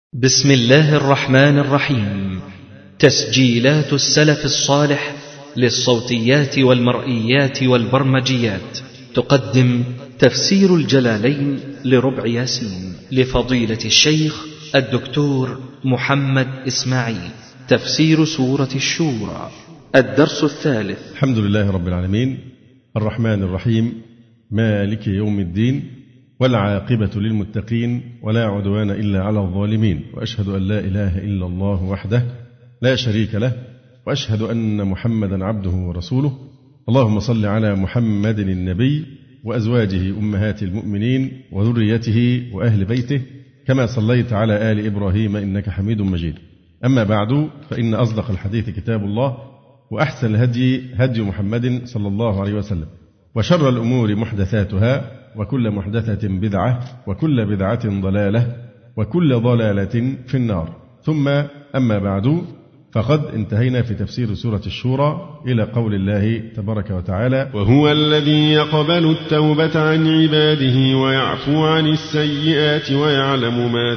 بسم الله الرحمن الرحيم. تسجيلات السلف الصالح للصوتيات والمرئيات والبرمجيات تقدم تفسير الجلالين لربع ياسين لفضيلة الشيخ الدكتور محمد إسماعيل. تفسير سورة الشورى، الدرس الثالث. الحمد لله رب العالمين، الرحمن الرحيم، مالك يوم الدين، والعاقبة للمتقين، ولا عدوان إلا على الظالمين، وأشهد أن لا إله إلا الله وحده لا شريك له، وأشهد أن محمدا عبده ورسوله. اللهم صل على محمد النبي وأزواجه أمهات المؤمنين وذريته وأهل بيته كما صليت على آل إبراهيم إنك حميد مجيد. أما بعد، فإن أصدق الحديث كتاب الله، وأحسن الهدي هدي محمد صلى الله عليه وسلم، وشر الأمور محدثاتها، وكل محدثة بدعة، وكل بدعة ضلالة، وكل ضلالة في النار. ثم أما بعد، فقد انتهينا في تفسير سورة الشورى إلى قول الله تبارك وتعالى: وهو الذي يقبل التوبة عن عباده ويعفو عن السيئات ويعلم ما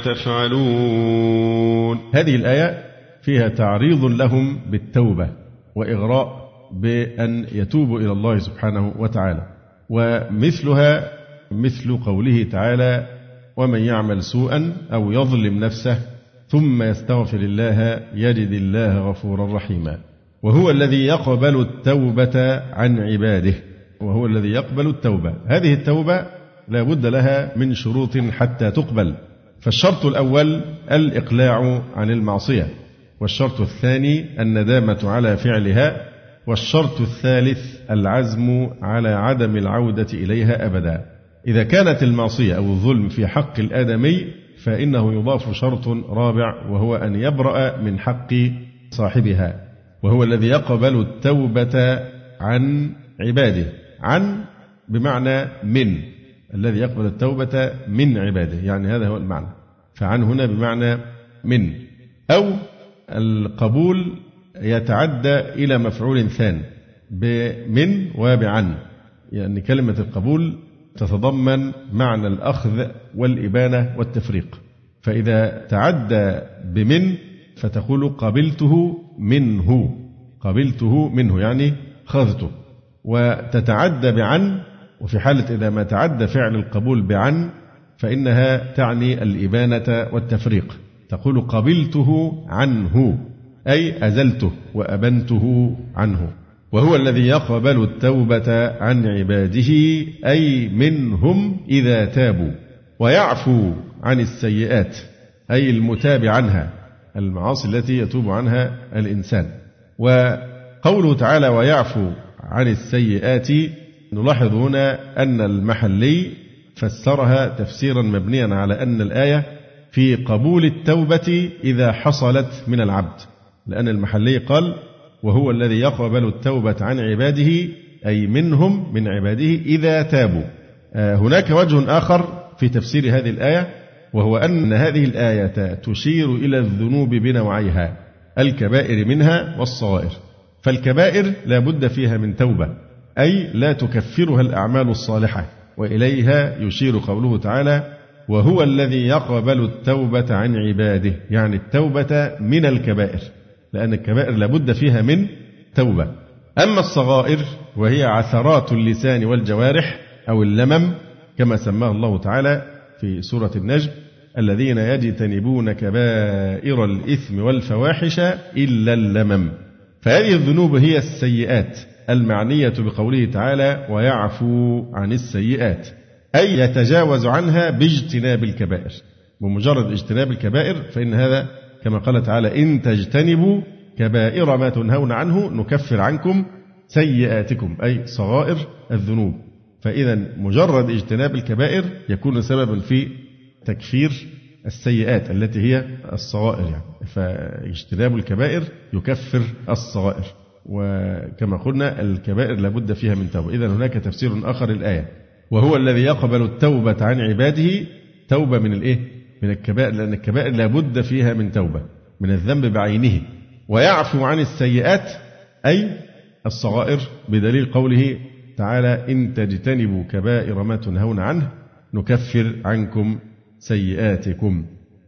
تفعلون. هذه الآية فيها تعريض لهم بالتوبة وإغراء بأن يتوبوا إلى الله سبحانه وتعالى، ومثلها مثل قوله تعالى: ومن يعمل سوءا أو يظلم نفسه ثم يستغفر الله يجد الله غفورا رحيما. وهو الذي يقبل التوبة عن عباده، وهو الذي يقبل التوبة. هذه التوبة لا بد لها من شروط حتى تقبل. فالشرط الأول الإقلاع عن المعصية، والشرط الثاني الندامة على فعلها، والشرط الثالث العزم على عدم العودة إليها أبدا. إذا كانت المعصية أو الظلم في حق الآدمي فإنه يضاف شرط رابع، وهو أن يبرأ من حق صاحبها. وهو الذي يقبل التوبة عن عباده. عن بمعنى من، الذي يقبل التوبة من عباده، يعني هذا هو المعنى. فعن هنا بمعنى من، أو القبول يتعدى إلى مفعول ثان بمن وبعن، يعني كلمة القبول تتضمن معنى الأخذ والإبانة والتفريق. فإذا تعدى بمن فتقول قبلته منه، قبلته منه يعني خذته. وتتعدى بعن، وفي حالة إذا ما تعدى فعل القبول بعن فإنها تعني الإبانة والتفريق، تقول قبلته عنه أي أزلته وأبنته عنه. وهو الذي يقبل التوبة عن عباده أي منهم إذا تابوا، ويعفو عن السيئات أي المتاب عنها، المعاصي التي يتوب عنها الإنسان. وقوله تعالى ويعفو عن السيئات، نلاحظ هنا أن المحلي فسرها تفسيرا مبنيا على أن الآية في قبول التوبة إذا حصلت من العبد، لأن المحلي قال وهو الذي يقبل التوبة عن عباده أي منهم من عباده إذا تابوا. هناك وجه آخر في تفسير هذه الآية، وهو أن هذه الآية تشير إلى الذنوب بنوعيها، الكبائر منها والصغائر. فالكبائر لا بد فيها من توبة، أي لا تكفرها الأعمال الصالحة، وإليها يشير قوله تعالى وهو الذي يقبل التوبة عن عباده، يعني التوبة من الكبائر، لأن الكبائر لابد فيها من توبة. أما الصغائر وهي عثرات اللسان والجوارح أو اللمم كما سماه الله تعالى في سورة النجم: الذين يجتنبون كبائر الإثم والفواحش إلا اللمم. فهذه الذنوب هي السيئات المعنية بقوله تعالى ويعفو عن السيئات، أي يتجاوز عنها باجتناب الكبائر. بمجرد اجتناب الكبائر فإن هذا كما قال تعالى إن تجتنبوا كبائر ما تنهون عنه نكفر عنكم سيئاتكم، أي صغائر الذنوب. فإذا مجرد اجتناب الكبائر يكون سببا في تكفير السيئات التي هي الصغائر، يعني فاجتناب الكبائر يكفر الصغائر. وكما قلنا الكبائر لابد فيها من توبة. إذا هناك تفسير آخر للآية وهو الذي يقبل التوبة عن عباده، توبة من الإيه؟ من الكبائر، لأن الكبائر لابد فيها من توبة من الذنب بعينه. ويعفو عن السيئات أي الصغائر، بدليل قوله تعالى إن تجتنبوا كبائر ما تنهون عنه نكفر عنكم سيئاتكم.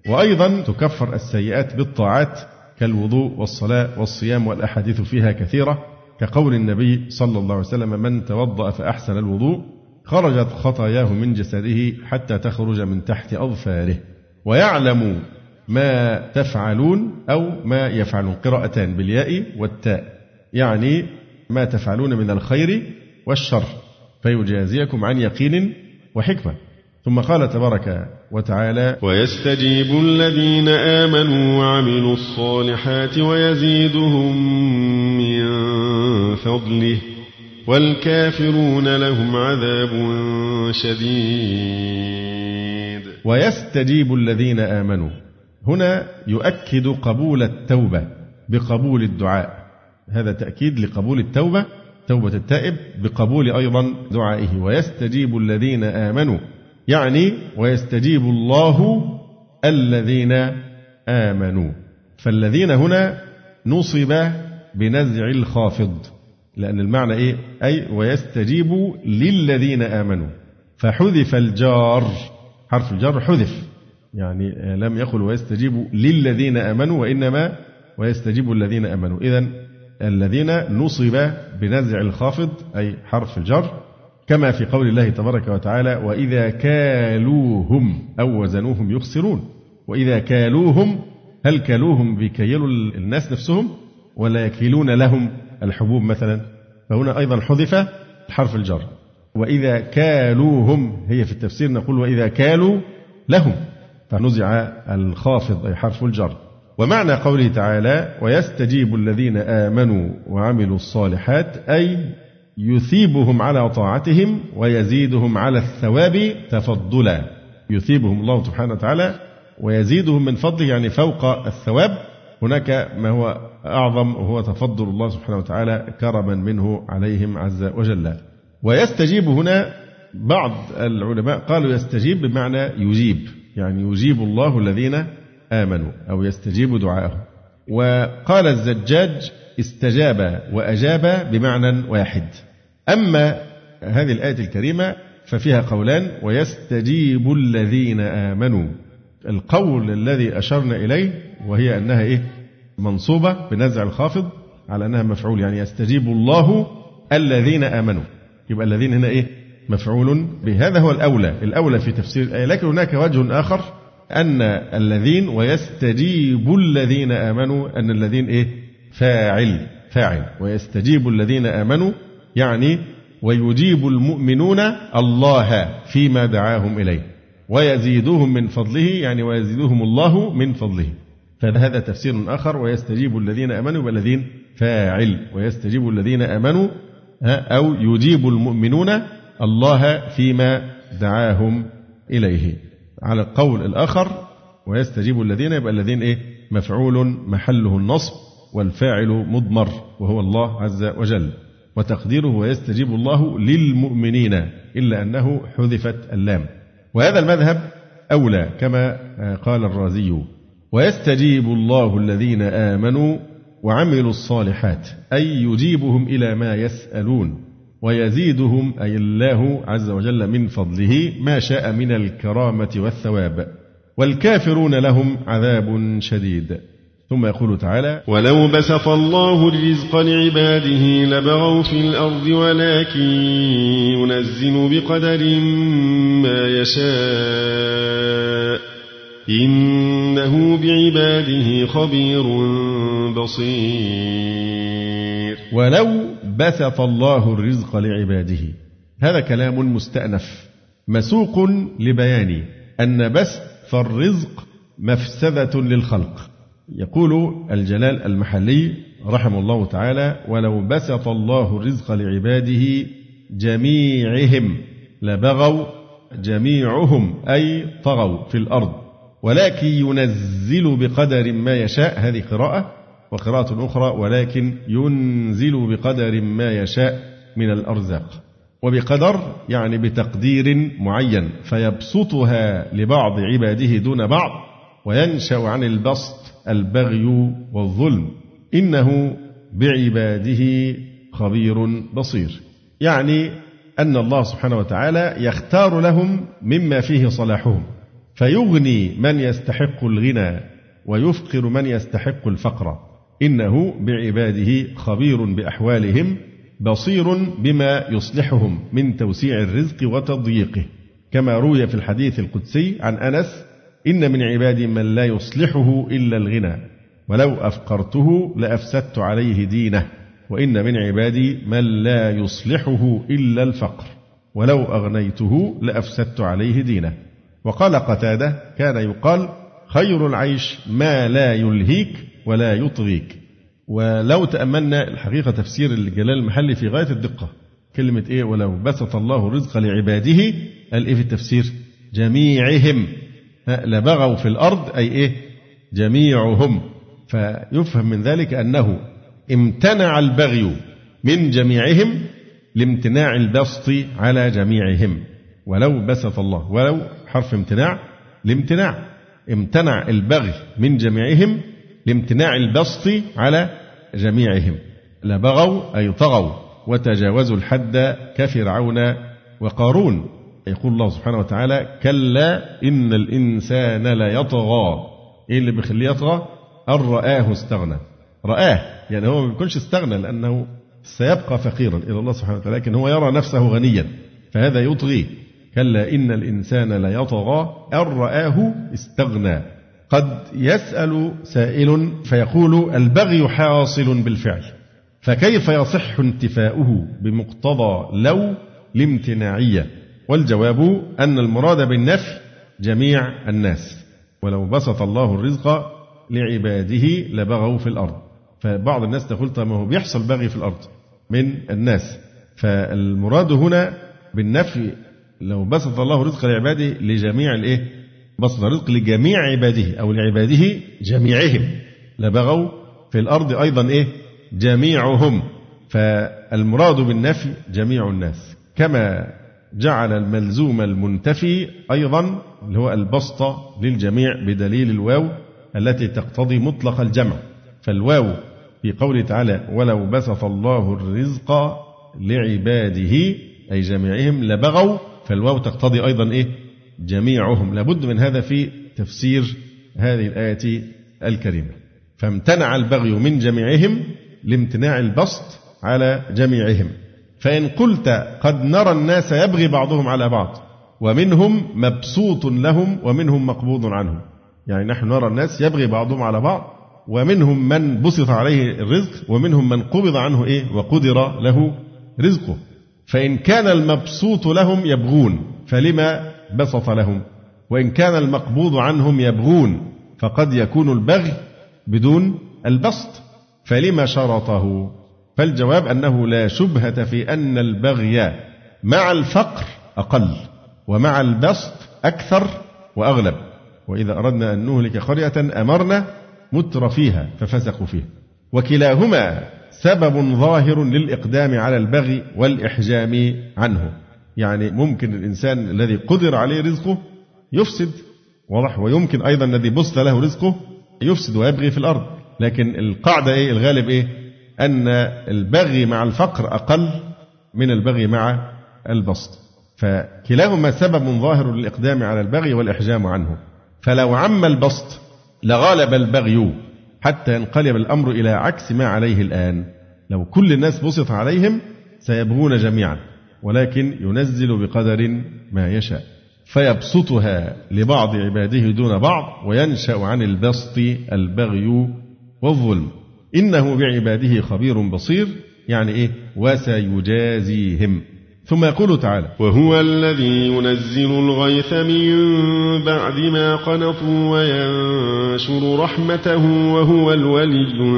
وأيضا تكفر السيئات بالطاعات كالوضوء والصلاة والصيام، والأحاديث فيها كثيرة، كقول النبي صلى الله عليه وسلم: من توضأ فأحسن الوضوء خرجت خطاياه من جسده حتى تخرج من تحت أظفاره. ويعلم ما تفعلون أو ما يفعلون، قراءتان بالياء والتاء، يعني ما تفعلون من الخير والشر فيجازيكم عن يقين وحكمة. ثم قال تبارك وتعالى: ويستجيب الذين آمنوا وعملوا الصالحات ويزيدهم من فضله والكافرون لهم عذاب شديد. ويستجيب الذين آمنوا، هنا يؤكد قبول التوبة بقبول الدعاء، هذا تأكيد لقبول التوبة، توبة التائب، بقبول أيضا دعائه. ويستجيب الذين آمنوا، يعني ويستجيب الله الذين آمنوا. فالذين هنا نصب بنزع الخافض، لأن المعنى إيه؟ أي ويستجيب للذين آمنوا، فحذف الجار، حرف الجر حذف، يعني لم يقل ويستجيب للذين آمنوا، وإنما ويستجيب الذين آمنوا. إذن الذين نصب بنزع الخافض أي حرف الجر، كما في قول الله تبارك وتعالى: وإذا كالوهم أو وزنوهم يخسرون. وإذا كالوهم، هل كالوهم بيكيلوا الناس نفسهم ولا يكيلون لهم الحبوب مثلا؟ فهنا أيضا حذف حرف الجر. وإذا كالوهم، هي في التفسير نقول وإذا كالوا لهم، فنزع الخافض أي حرف الجر. ومعنى قوله تعالى: ويستجيب الذين آمنوا وعملوا الصالحات، أي يثيبهم على طاعتهم ويزيدهم على الثواب تفضلا. يثيبهم الله سبحانه وتعالى ويزيدهم من فضله، يعني فوق الثواب هناك ما هو أعظم، وهو تفضل الله سبحانه وتعالى كرما منه عليهم عز وجل. ويستجيب هنا بعض العلماء قالوا يستجيب بمعنى يجيب، يعني يجيب الله الذين آمنوا أو يستجيب دعاءهم. وقال الزجاج: استجاب وأجاب بمعنى واحد. أما هذه الآية الكريمة ففيها قولان: ويستجيب الذين آمنوا. القول الذي أشرنا إليه وهي أنها إيه؟ منصوبة بنزع الخافض على أنها مفعول، يعني يستجيب الله الذين آمنوا، يبقى الذين هنا إيه؟ مفعول به. هذا هو الأولى في تفسير الآية. لكن هناك وجه آخر، أن الذين ويستجيب الذين آمنوا، أن الذين إيه؟ فاعل. ويستجيب الذين آمنوا يعني ويجيب المؤمنون الله فيما دعاهم إليه، ويزيدهم من فضله، يعني ويزيدهم الله من فضله. فهذا تفسير آخر: ويستجيب الذين آمنوا بالذين فاعل، ويستجيب الذين آمنوا أو يجيب المؤمنون الله فيما دعاهم إليه. على القول الآخر ويستجيب الذين، يبقى الذين إيه؟ مفعول محله النصب، والفاعل مضمر وهو الله عز وجل، وتقديره ويستجيب الله للمؤمنين، إلا أنه حذفت اللام. وهذا المذهب أولى، كما قال الرازي: ويستجيب الله الذين آمنوا وعملوا الصالحات، أي يجيبهم إلى ما يسألون، ويزيدهم أي الله عز وجل من فضله ما شاء من الكرامة والثواب، والكافرون لهم عذاب شديد. ثم يقول تعالى: ولو بسط الله الرزق لعباده لبغوا في الأرض ولكن ينزل بقدر ما يشاء إنه بعباده خبير بصير. ولو بسط الله الرزق لعباده، هذا كلام مستأنف مسوق لبيان أن بسط الرزق مفسدة للخلق. يقول الجلال المحلي رحمه الله تعالى: ولو بسط الله الرزق لعباده جميعهم لبغوا جميعهم، أي طغوا في الأرض، ولكن ينزل بقدر ما يشاء، هذه قراءة. وقراءة أخرى: ولكن ينزل بقدر ما يشاء من الأرزاق. وبقدر يعني بتقدير معين، فيبسطها لبعض عباده دون بعض، وينشأ عن البسط البغي والظلم. إنه بعباده خبير بصير، يعني أن الله سبحانه وتعالى يختار لهم مما فيه صلاحهم، فيغني من يستحق الغنى ويفقر من يستحق الفقر، إنه بعباده خبير بأحوالهم بصير بما يصلحهم من توسيع الرزق وتضييقه، كما روي في الحديث القدسي عن أنس: إن من عبادي من لا يصلحه إلا الغنى، ولو أفقرته لأفسدت عليه دينه، وإن من عبادي من لا يصلحه إلا الفقر، ولو أغنيته لأفسدت عليه دينه. وقال قتادة: كان يقال خير العيش ما لا يلهيك ولا يطغيك. ولو تأملنا الحقيقة تفسير الجلال المحلي في غاية الدقة، كلمة إيه؟ ولو بسط الله الرزق لعباده، قال إيه في التفسير؟ جميعهم لبغوا في الأرض، أي إيه؟ جميعهم. فيفهم من ذلك أنه امتنع البغي من جميعهم لامتناع البسط على جميعهم. ولو بسط الله، ولو حرف امتناع لامتناع، امتنع البغي من جميعهم لامتناع البسط على جميعهم. لبغوا أي طغوا وتجاوزوا الحد كفرعون وقارون. يقول الله سبحانه وتعالى: كلا إن الإنسان ليطغى. إيه اللي بيخليه يطغى؟ أن رآه استغنى. رآه يعني هو ما بيكونش استغنى، لأنه سيبقى فقيرا إلى الله سبحانه وتعالى، لكن هو يرى نفسه غنيا، فهذا يطغي. كلا إن الإنسان ليطغى أن رآه استغنى. قد يسأل سائل فيقول: البغي حاصل بالفعل، فكيف يصح انتفاؤه بمقتضى لو الامتناعية؟ والجواب أن المراد بالنفي جميع الناس. ولو بسط الله الرزق لعباده لبغوا في الأرض. فبعض الناس تقول: طب ما هو بيحصل بغي في الأرض من الناس. فالمراد هنا بالنفي لو بسط الله رزق لعباده لجميع الإيه؟ بسط الرزق لجميع عباده أو لعباده جميعهم لبغوا في الأرض أيضا إيه؟ جميعهم. فالمراد بالنفي جميع الناس، كما جعل الملزوم المنتفي أيضا اللي هو البسط للجميع بدليل الواو التي تقتضي مطلق الجمع. فالواو في قوله تعالى: ولو بسط الله الرزق لعباده أي جميعهم لبغوا، فالواو تقتضي أيضا إيه؟ جميعهم. لابد من هذا في تفسير هذه الآية الكريمة. فامتنع البغي من جميعهم لامتناع البسط على جميعهم. فإن قلت: قد نرى الناس يبغي بعضهم على بعض، ومنهم مبسوط لهم ومنهم مقبوض عنهم، يعني نحن نرى الناس يبغي بعضهم على بعض، ومنهم من بسط عليه الرزق ومنهم من قبض عنه إيه؟ وقدر له رزقه. فإن كان المبسوط لهم يبغون فلما بسط لهم؟ وإن كان المقبوض عنهم يبغون، فقد يكون البغي بدون البسط، فلما شرطه؟ فالجواب أنه لا شبهة في أن البغي مع الفقر أقل، ومع البسط أكثر وأغلب. وإذا أردنا أن نهلك قرية أمرنا متر فيها ففسقوا فيها. وكلاهما سبب ظاهر للإقدام على البغي والإحجام عنه. يعني ممكن الإنسان الذي قدر عليه رزقه يفسد، واضح، ويمكن أيضا الذي بسط له رزقه يفسد ويبغي في الأرض. لكن القاعدة إيه؟ الغالب إيه؟ أن البغي مع الفقر أقل من البغي مع البسط. فكلاهما سبب ظاهر للإقدام على البغي والإحجام عنه. فلو عم البسط لغالب البغي حتى ينقلب الأمر إلى عكس ما عليه الآن. لو كل الناس بسط عليهم سيبغون جميعا، ولكن ينزل بقدر ما يشاء، فيبسطها لبعض عباده دون بعض، وينشأ عن البسط البغي والظلم. إنه بعباده خبير بصير، يعني إيه؟ وسيجازيهم. ثم يقول تعالى: وهو الذي ينزل الغيث من بعد ما قنطوا وينشر رحمته وهو الولي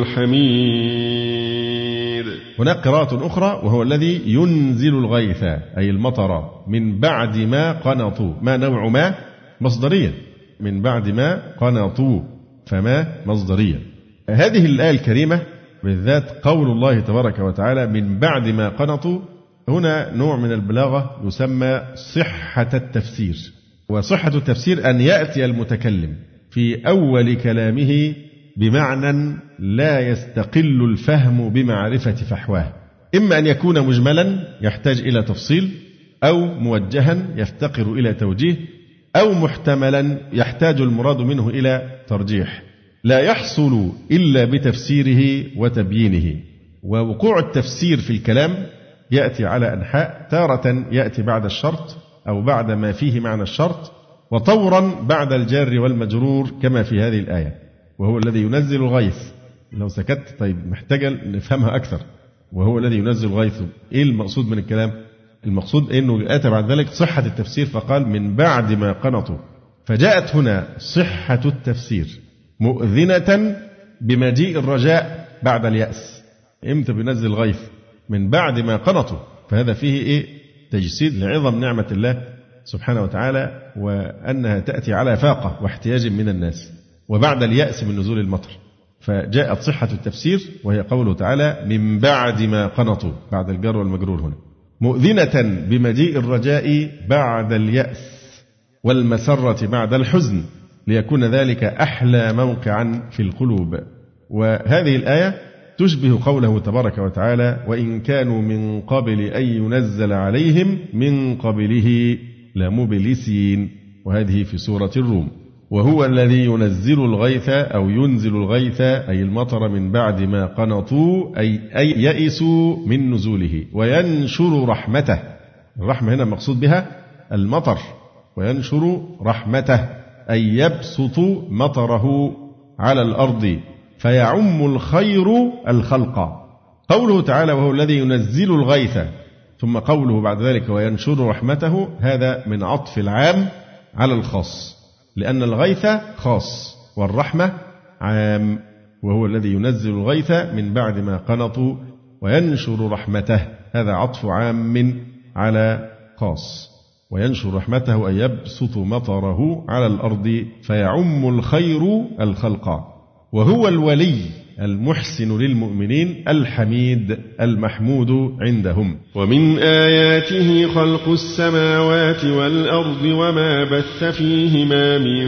الحميد. هناك قراءة أخرى: وهو الذي ينزل الغيث أي المطر من بعد ما قنطوا. ما نوع ما؟ مصدريا، من بعد ما قنطوا، فما مصدريا. هذه الآية الكريمة بالذات قول الله تبارك وتعالى من بعد ما قنطوا، هنا نوع من البلاغة يسمى صحة التفسير. وصحة التفسير أن يأتي المتكلم في أول كلامه بمعنى لا يستقل الفهم بمعرفة فحواه، إما أن يكون مجملا يحتاج إلى تفصيل، أو موجها يفتقر إلى توجيه، أو محتملا يحتاج المراد منه إلى ترجيح، لا يحصل إلا بتفسيره وتبيينه. ووقوع التفسير في الكلام يأتي على أنحاء، تارة يأتي بعد الشرط أو بعد ما فيه معنى الشرط، وطورا بعد الجار والمجرور كما في هذه الآية، وهو الذي ينزل الغيث. لو سكت طيب محتاجة نفهمها أكثر. وهو الذي ينزل الغيث، إيه المقصود من الكلام؟ المقصود أنه أتى بعد ذلك صحة التفسير فقال من بعد ما قنطوا، فجاءت هنا صحة التفسير مؤذنة بمجيء الرجاء بعد اليأس. إمتى بينزل الغيث؟ من بعد ما قنطوا، فهذا فيه إيه؟ تجسيد لعظم نعمة الله سبحانه وتعالى، وأنها تأتي على فاقة واحتياج من الناس، وبعد اليأس من نزول المطر. فجاءت صحة التفسير وهي قوله تعالى من بعد ما قنطوا، بعد الجر والمجرور هنا، مؤذنة بمجيء الرجاء بعد اليأس والمسرة بعد الحزن، ليكون ذلك أحلى موقعا في القلوب. وهذه الآية تشبه قوله تبارك وتعالى وإن كانوا من قبل أن ينزل عليهم من قبله لمبلسين، وهذه في سورة الروم. وهو الذي ينزل الغيث أو ينزل الغيث أي المطر من بعد ما قنطوا أي يئسوا من نزوله، وينشر رحمته. الرحمة هنا مقصود بها المطر، وينشر رحمته أي يبسط مطره على الأرض فيعم الخير الخلق. قوله تعالى وهو الذي ينزل الغيث، ثم قوله بعد ذلك وينشر رحمته، هذا من عطف العام على الخاص، لأن الغيث خاص والرحمة عام. وهو الذي ينزل الغيث من بعد ما قنطوا وينشر رحمته، هذا عطف عام على خاص. وينشر رحمته أي يبسط مطره على الأرض فيعم الخير الخلق. وهو الولي المحسن للمؤمنين الحميد المحمود عندهم. ومن آياته خلق السماوات والأرض وما بث فيهما من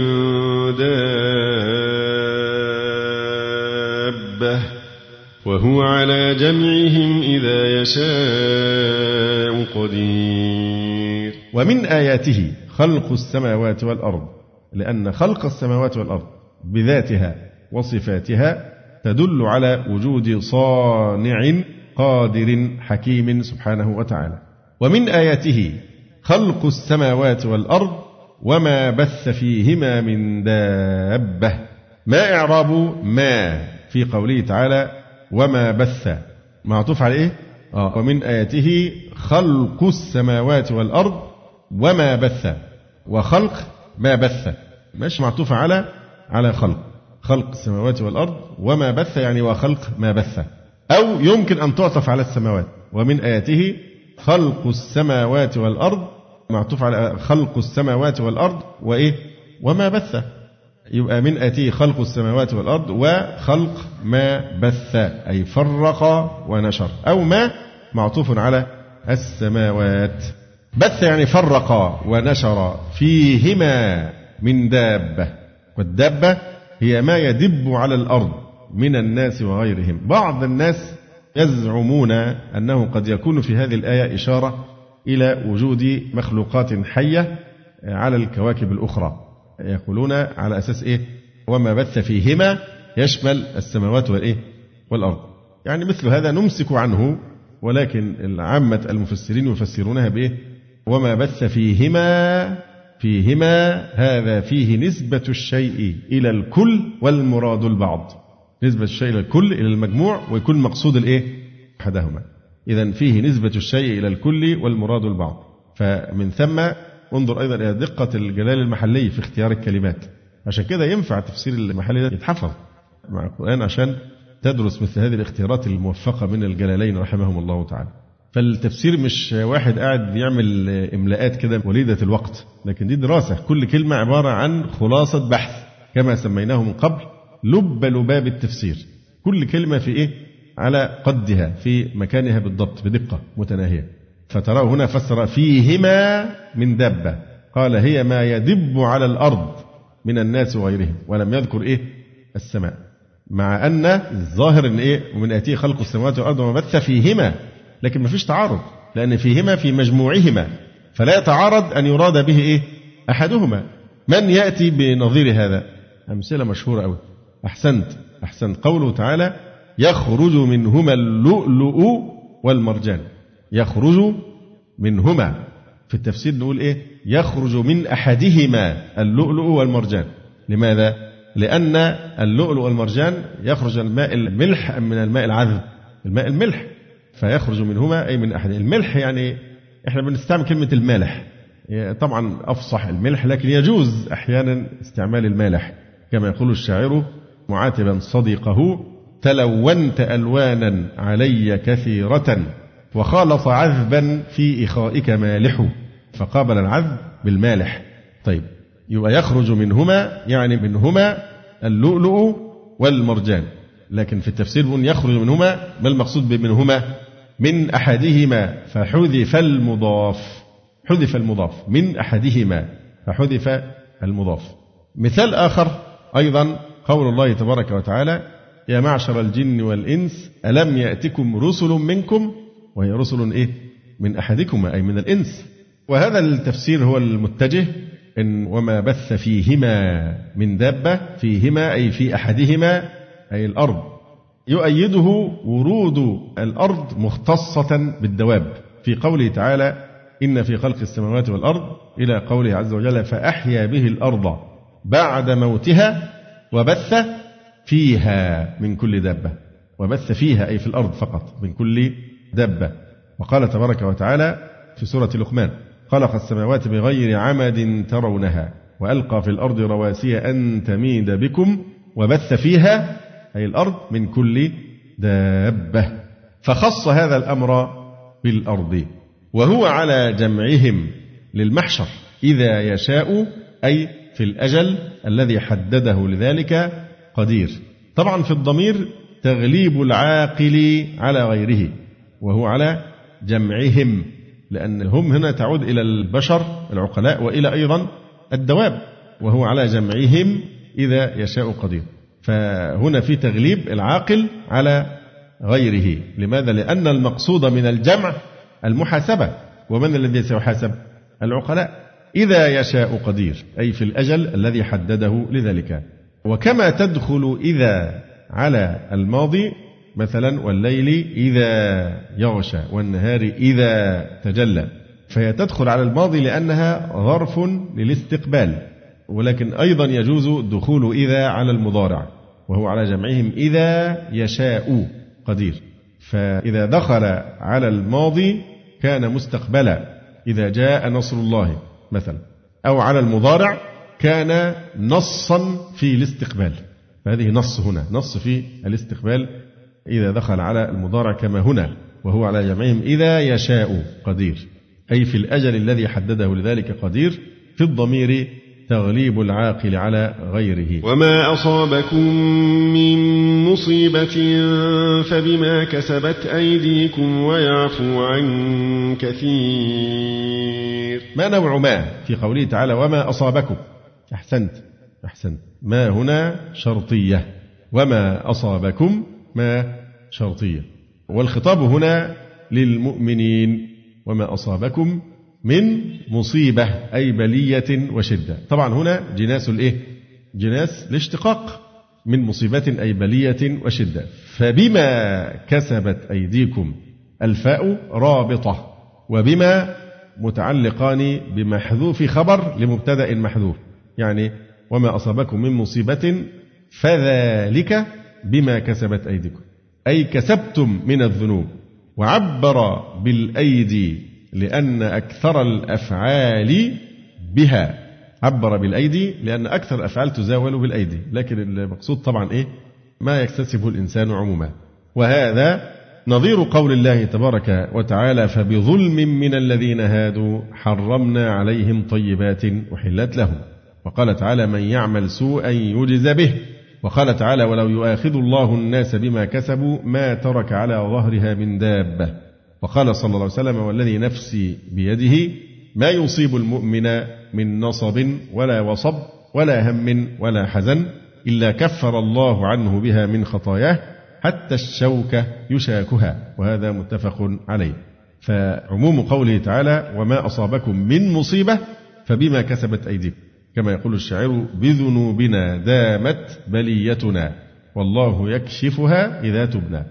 دابة وهو على جمعهم إذا يشاء قدير. ومن آياته خلق السماوات والأرض، لأن خلق السماوات والأرض بذاتها وصفاتها تدل على وجود صانع قادر حكيم سبحانه وتعالى. ومن آياته خلق السماوات والأرض وما بث فيهما من دابة. ما إعراب ما في قوله تعالى وما بث؟ معطوف على إيه؟ ومن آياته خلق السماوات والأرض وما بث، وخلق ما بث مش معطوف على خلق السماوات والأرض وما بث، يعني وخلق ما بث. أو يمكن أن تعطف على السماوات، ومن آياته خلق السماوات والأرض معطوف على خلق السماوات والأرض وإيه وما بث، يبقى من آياته خلق السماوات والأرض وخلق ما بث أي فرق ونشر. أو ما معطوف على السماوات، بث يعني فرق ونشر فيهما من دابة، والدابة هي ما يدب على الأرض من الناس وغيرهم. بعض الناس يزعمون أنه قد يكون في هذه الآية إشارة إلى وجود مخلوقات حية على الكواكب الأخرى، يقولون على أساس إيه وما بث فيهما يشمل السماوات والأرض. يعني مثل هذا نمسك عنه، ولكن العامة المفسرين يفسرونها بإيه وما بث فيهما هذا فيه نسبة الشيء إلى الكل والمراد البعض، نسبة الشيء إلى الكل إلى المجموع، ويكون مقصود أحدهما. إذن فيه نسبة الشيء إلى الكل والمراد البعض. فمن ثم انظر أيضا إلى دقة الجلال المحلي في اختيار الكلمات، عشان كده ينفع التفسير المحلي ده يتحفظ مع القرآن عشان تدرس مثل هذه الاختيارات الموفقة من الجلالين رحمهم الله تعالى. فالتفسير مش واحد قاعد يعمل إملاءات كده وليدة الوقت، لكن دي دراسة، كل كلمة عبارة عن خلاصة بحث كما سميناه من قبل لباب التفسير. كل كلمة في على قدها في مكانها بالضبط بدقة متناهية. فتراه هنا فسر فيهما من دابة، قال هي ما يدب على الأرض من الناس وغيرهم، ولم يذكر السماء، مع أن الظاهر أن ومن آتيه خلق السماوات والأرض وما بث فيهما، لكن ما فيش تعارض، لأن فيهما في مجموعهما، فلا يتعارض أن يراد به أحدهما. من يأتي بنظير هذا؟ أمثلة مشهورة أوي. أحسنت. قوله تعالى يخرج منهما اللؤلؤ والمرجان. يخرج منهما، في التفسير نقول إيه؟ يخرج من أحدهما اللؤلؤ والمرجان. لماذا؟ لأن اللؤلؤ والمرجان يخرج الماء الملح أم من الماء العذب؟ الماء الملح، فيخرج منهما أي من أحد. الملح يعني إحنا بنستعمل كلمة المالح، طبعا أفصح الملح، لكن يجوز أحيانا استعمال المالح كما يقول الشاعر معاتبا صديقه: تلونت ألوانا علي كثيرة وخالط عذبا في إخائك مالح. فقابل العذب بالمالح. طيب، يبقى يخرج منهما يعني منهما اللؤلؤ والمرجان. لكن في التفسير بيقول يخرج منهما، ما المقصود بمنهما؟ من أحدهما فحذف المضاف. حذف المضاف من أحدهما فحذف المضاف. مثال آخر أيضا قول الله تبارك وتعالى: يا معشر الجن والإنس ألم يأتكم رسل منكم، وهي رسل إيه؟ من أحدكما أي من الإنس. وهذا التفسير هو المتجه، إن وما بث فيهما من دابة، فيهما أي في أحدهما أي الأرض. يؤيده ورود الأرض مختصة بالدواب في قوله تعالى: إن في خلق السماوات والأرض، إلى قوله عز وجل: فأحيا به الأرض بعد موتها وبث فيها من كل دابة. وبث فيها أي في الأرض فقط من كل دابة. وقال تبارك وتعالى في سورة لقمان: خلق السماوات بغير عمد ترونها وألقى في الأرض رواسي أن تميد بكم وبث فيها أي الأرض من كل دابة. فخص هذا الأمر بالأرض. وهو على جمعهم للمحشر إذا يشاء أي في الأجل الذي حدده لذلك قدير. طبعا في الضمير تغليب العاقل على غيره، وهو على جمعهم، لأن هم هنا تعود إلى البشر العقلاء وإلى أيضا الدواب. وهو على جمعهم إذا يشاء قدير، فهنا في تغليب العاقل على غيره. لماذا؟ لأن المقصود من الجمع المحاسبة، ومن الذي سيحاسب؟ العقلاء. إذا يشاء قدير أي في الأجل الذي حدده لذلك. وكما تدخل إذا على الماضي، مثلا والليل إذا يغشى والنهار إذا تجلى، فهي تدخل على الماضي لأنها ظرف للاستقبال. ولكن أيضا يجوز دخول إذا على المضارع، وهو على جمعهم إذا يشاء قدير. فإذا دخل على الماضي كان مستقبلا إذا جاء نصر الله مثلا، أو على المضارع كان نصا في الاستقبال. فهذه نص هنا، نص في الاستقبال إذا دخل على المضارع كما هنا، وهو على جمعهم إذا يشاء قدير أي في الأجل الذي حدده لذلك قدير. في الضمير تغليب العاقل على غيره. وما أصابكم من مصيبة فبما كسبت أيديكم ويعفو عن كثير. ما نوع ما في قوله تعالى وما أصابكم؟ أحسنت. ما هنا شرطية، وما أصابكم ما شرطية، والخطاب هنا للمؤمنين. وما أصابكم من مصيبة أي بلية وشدة. طبعا هنا جناس الإيه؟ جناس الاشتقاق، من مصيبة أي بلية وشدة. فبما كسبت أيديكم، الفاء رابطة، وبما متعلقان بمحذوف خبر لمبتدأ محذوف. يعني وما أصابكم من مصيبة فذلك بما كسبت أيديكم أي كسبتم من الذنوب. وعبر بالأيدي لأن أكثر الأفعال بها، عبر بالأيدي لأن أكثر الأفعال تزاول بالأيدي، لكن المقصود طبعا إيه؟ ما يكتسبه الإنسان عموما. وهذا نظير قول الله تبارك وتعالى فبظلم من الذين هادوا حرمنا عليهم طيبات أحلت لهم. وقال تعالى من يعمل سوءا يجز به. وقال تعالى ولو يؤاخذ الله الناس بما كسبوا ما ترك على ظهرها من دابة. وقال صلى الله عليه وسلم والذي نفسي بيده ما يصيب المؤمن من نصب ولا وصب ولا هم ولا حزن إلا كفر الله عنه بها من خطاياه حتى الشوكة يشاكها. وهذا متفق عليه. فعموم قوله تعالى وما أصابكم من مصيبة فبما كسبت أيديكم، كما يقول الشاعر: بذنوبنا دامت بليتنا والله يكشفها إذا تبنا.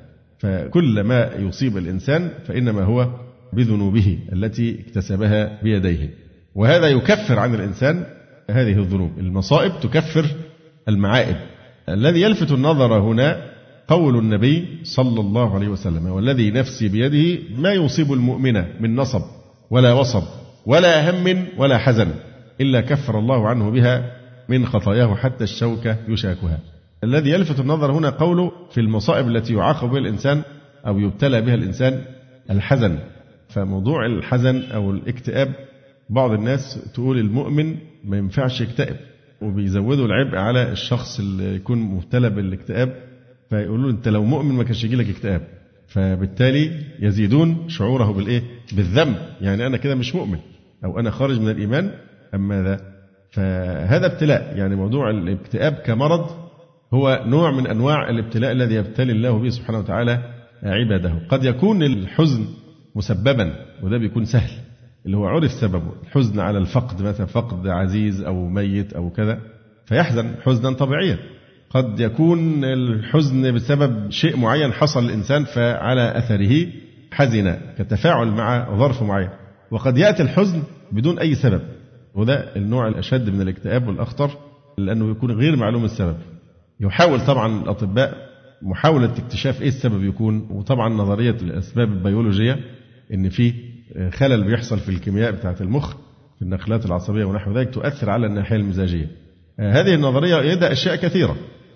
فكل ما يصيب الإنسان فإنما هو بذنوبه التي اكتسبها بيديه، وهذا يكفر عن الإنسان هذه الذنوب. المصائب تكفر المعائب. الذي يلفت النظر هنا قول النبي صلى الله عليه وسلم: والذي نفسي بيده ما يصيب المؤمن من نصب ولا وصب ولا هم ولا حزن إلا كفر الله عنه بها من خطاياه حتى الشوكة يشاكها. الذي يلفت النظر هنا قوله في المصائب التي يعاقب بها الإنسان أو يبتلى بها الإنسان الحزن. فموضوع الحزن أو الاكتئاب بعض الناس تقول المؤمن ما ينفعش يكتئب، وبيزودوا العبء على الشخص اللي يكون مبتلى بالاكتئاب، فيقولوا أنت لو مؤمن ما كانش يجيلك اكتئاب، فبالتالي يزيدون شعوره بالإيه؟ بالذنب. يعني أنا كده مش مؤمن أو أنا خارج من الإيمان أم ماذا؟ فهذا ابتلاء. يعني موضوع الاكتئاب كمرض هو نوع من أنواع الابتلاء الذي يبتلي الله به سبحانه وتعالى عباده. قد يكون الحزن مسببا وده بيكون سهل، اللي هو عرف سببه، الحزن على الفقد مثلا، فقد عزيز أو ميت أو كذا، فيحزن حزنا طبيعيا. قد يكون الحزن بسبب شيء معين حصل للإنسان فعلى أثره حزن كتفاعل مع ظرف معين. وقد يأتي الحزن بدون أي سبب، وده النوع الأشد من الاكتئاب والأخطر، لأنه يكون غير معلوم السبب. يحاول طبعا الأطباء محاولة اكتشاف إيه السبب يكون، وطبعا نظرية الأسباب البيولوجية إن في خلل بيحصل في الكيمياء بتاعة المخ في النقلات العصبية ونحو ذلك تؤثر على الناحية المزاجية. هذه النظرية يؤيدها أشياء كثيرة.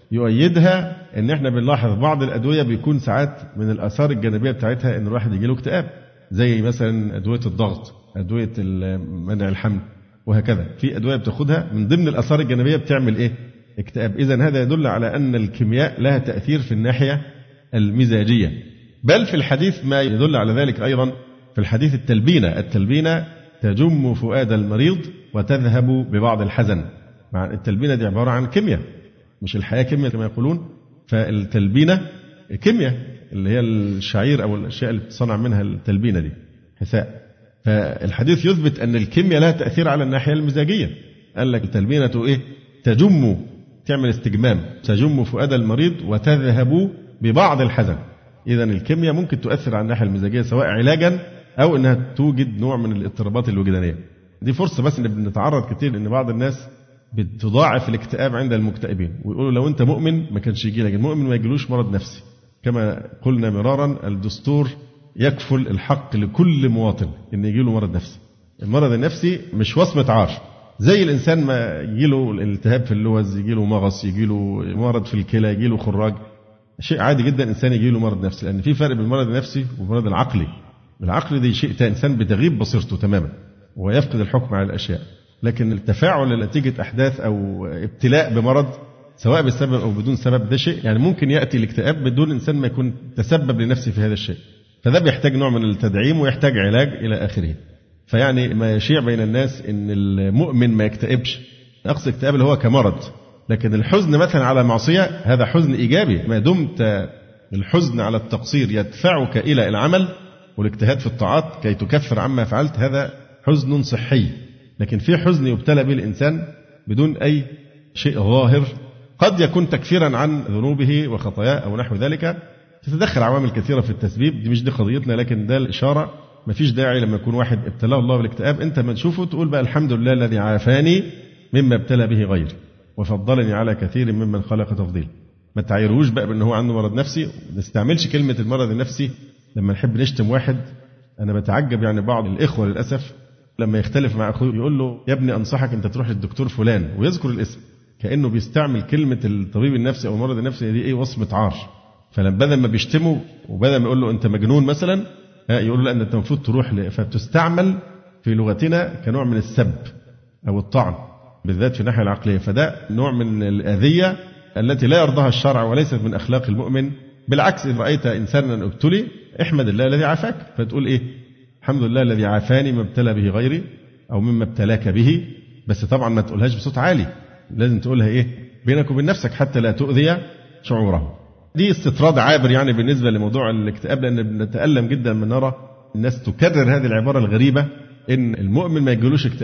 يؤيدها إن إحنا بنلاحظ بعض الأدوية بيكون ساعات من الآثار الجانبية بتاعتها إن الواحد يجيله اكتئاب، زي مثلا أدوية الضغط، أدوية منع الحمل، وهكذا. في أدوية بتاخدها من ضمن الآثار الجانبية بتعمل إيه؟ اكتئاب. إذن هذا يدل على أن الكيمياء لها تأثير في الناحية المزاجية. بل في الحديث ما يدل على ذلك أيضا. في الحديث التلبينة تجم فؤاد المريض وتذهب ببعض الحزن. مع التلبينة دي عبارة عن كيمياء، مش الحياة كيمياء كما يقولون. فالتلبينة كيمياء اللي هي الشعير أو الأشياء اللي بتصنع منها التلبينة دي حساء. فالحديث يثبت أن الكيمياء لها تأثير على الناحية المزاجية. قال لك التلبينة إيه؟ تجم، تعمل استجمام، تجم فؤاد المريض وتذهب ببعض الحزن. إذن الكيمياء ممكن تؤثر على الناحية المزاجية سواء علاجا أو أنها توجد نوع من الاضطرابات الوجدانية. دي فرصة بس إن بنتعرض كتير إن بعض الناس بتضاعف الاكتئاب عند المكتئبين، ويقولوا لو أنت مؤمن ما كانش يجي لك، المؤمن ما يجيلوش مرض نفسي. كما قلنا مرارا الدستور يكفل الحق لكل مواطن إن يجيله مرض نفسي. المرض النفسي مش وصمة عار، زي الإنسان ما يجيله الالتهاب في اللوز، يجيله مغص، يجيله مرض في الكلى، يجيله خراج، شيء عادي جدا إنسان يجيله مرض نفسي، لأن في فرق بين المرض النفسي والمرض العقلي. العقل دي شيء إنسان بتغيب بصيرته تماما ويفقد الحكم على الأشياء. لكن التفاعل نتيجة أحداث أو ابتلاء بمرض سواء بسبب أو بدون سبب، ده شيء يعني ممكن يأتي الاكتئاب بدون إنسان ما يكون تسبب لنفسه في هذا الشيء، فده بيحتاج نوع من التدعيم ويحتاج علاج إلى آخره. فيعني ما يشيع بين الناس إن المؤمن ما يكتئبش، أقصد اكتئاب اللي هو كمرض. لكن الحزن مثلا على معصية هذا حزن إيجابي، ما دمت الحزن على التقصير يدفعك إلى العمل والاجتهاد في الطاعات كي تكفر عما فعلت، هذا حزن صحي. لكن في حزن يبتلى به الإنسان بدون أي شيء ظاهر، قد يكون تكفيرا عن ذنوبه وخطاياه أو نحو ذلك، تتدخل عوامل كثيرة في التسبيب، دي مش دي قضيتنا، لكن ده الإشارة. ما فيش داعي لما يكون واحد ابتلاه الله بالاكتئاب أنت ما تشوفه تقول بقى الحمد لله الذي عافاني مما ابتلى به غيري وفضلني على كثير ممن خلق تفضيل. ما تعيروش بقى بأنه هو عنده مرض نفسي. ما نستعملش كلمة المرض النفسي لما نحب نشتم واحد. أنا بتعجب يعني بعض الإخوة للأسف لما يختلف مع أخوه يقول له يا ابني أنصحك أنت تروح للدكتور فلان ويذكر الاسم، كأنه بيستعمل كلمة الطبيب النفسي أو المرض النفسي دي إيه وصمة عار. فلما بدل ما بيشتمه وبدل ما يقول له أنت مجنون مثلا يقول له لا أنت المفروض تروح فبتستعمل في لغتنا كنوع من السب أو الطعن بالذات في الناحية العقلية. فده نوع من الأذية التي لا يرضاها الشرع وليست من أخلاق المؤمن. بالعكس إذا رأيت إنسانا ابتلي احمد الله الذي عافاك، فتقول إيه الحمد لله الذي عافاني مما ابتلى به غيري أو مما ابتلاك به. بس طبعا ما تقولهاش بصوت عالي، لازم تقولها إيه بينك وبين نفسك حتى لا تؤذي شعوره. دي استطراد عابر يعني بالنسبة لموضوع الاكتئاب، لأن بنتألم جدا من نرى الناس تكرر هذه العبارة الغريبة إن المؤمن ما يجيلوش اكتئاب.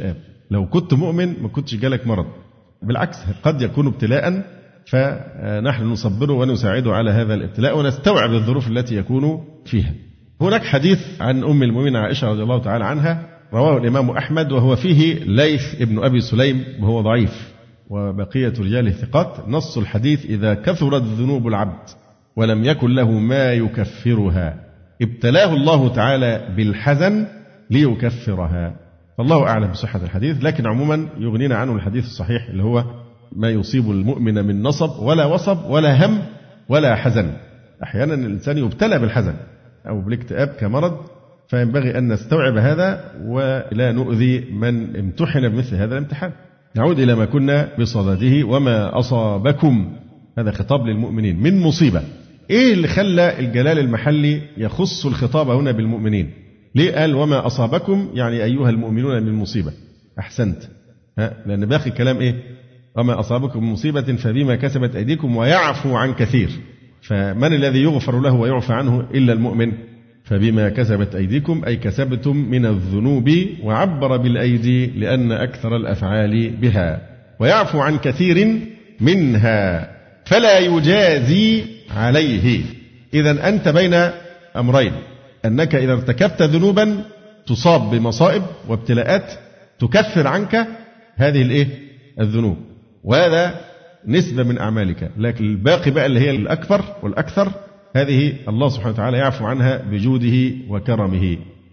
لو كنت مؤمن ما كنتش جالك مرض، بالعكس قد يكون ابتلاء فنحن نصبره ونساعده على هذا الابتلاء ونستوعب الظروف التي يكون فيها. هناك حديث عن أم المؤمنين عائشة رضي الله تعالى عنها رواه الإمام أحمد، وهو فيه ليث ابن أبي سليم وهو ضعيف وبقية رجاله ثقات. نص الحديث: إذا كثرت ذنوب العبد ولم يكن له ما يكفرها ابتلاه الله تعالى بالحزن ليكفرها. فالله أعلم بصحة الحديث، لكن عموما يغنينا عنه الحديث الصحيح اللي هو ما يصيب المؤمن من نصب ولا وصب ولا هم ولا حزن. أحيانا الإنسان يبتلى بالحزن أو بالاكتئاب كمرض، فينبغي أن نستوعب هذا ولا نؤذي من امتحن بمثل هذا الامتحان. نعود إلى ما كنا بصدده: وما أصابكم، هذا خطاب للمؤمنين، من مصيبة. إيه اللي خلى الجلال المحلي يخص الخطاب هنا بالمؤمنين؟ ليه قال وما أصابكم يعني أيها المؤمنون من مصيبة؟ أحسنت، لأن باقي الكلام إيه؟ وما أصابكم من مصيبة فبما كسبت أيديكم ويعفو عن كثير. فمن الذي يغفر له ويعفى عنه إلا المؤمن؟ فبما كسبت أيديكم أي كسبتم من الذنوب، وعبر بالأيدي لأن أكثر الأفعال بها، ويعفو عن كثير منها فلا يجازي عليه. إذن أنت بين أمرين: أنك إذا ارتكبت ذنوبا تصاب بمصائب وابتلاءات تكفر عنك هذه الذنوب، وهذا نسبة من أعمالك، لكن الباقي بقى اللي هي الأكبر والأكثر هذه الله سبحانه وتعالى يعفو عنها بجوده وكرمه.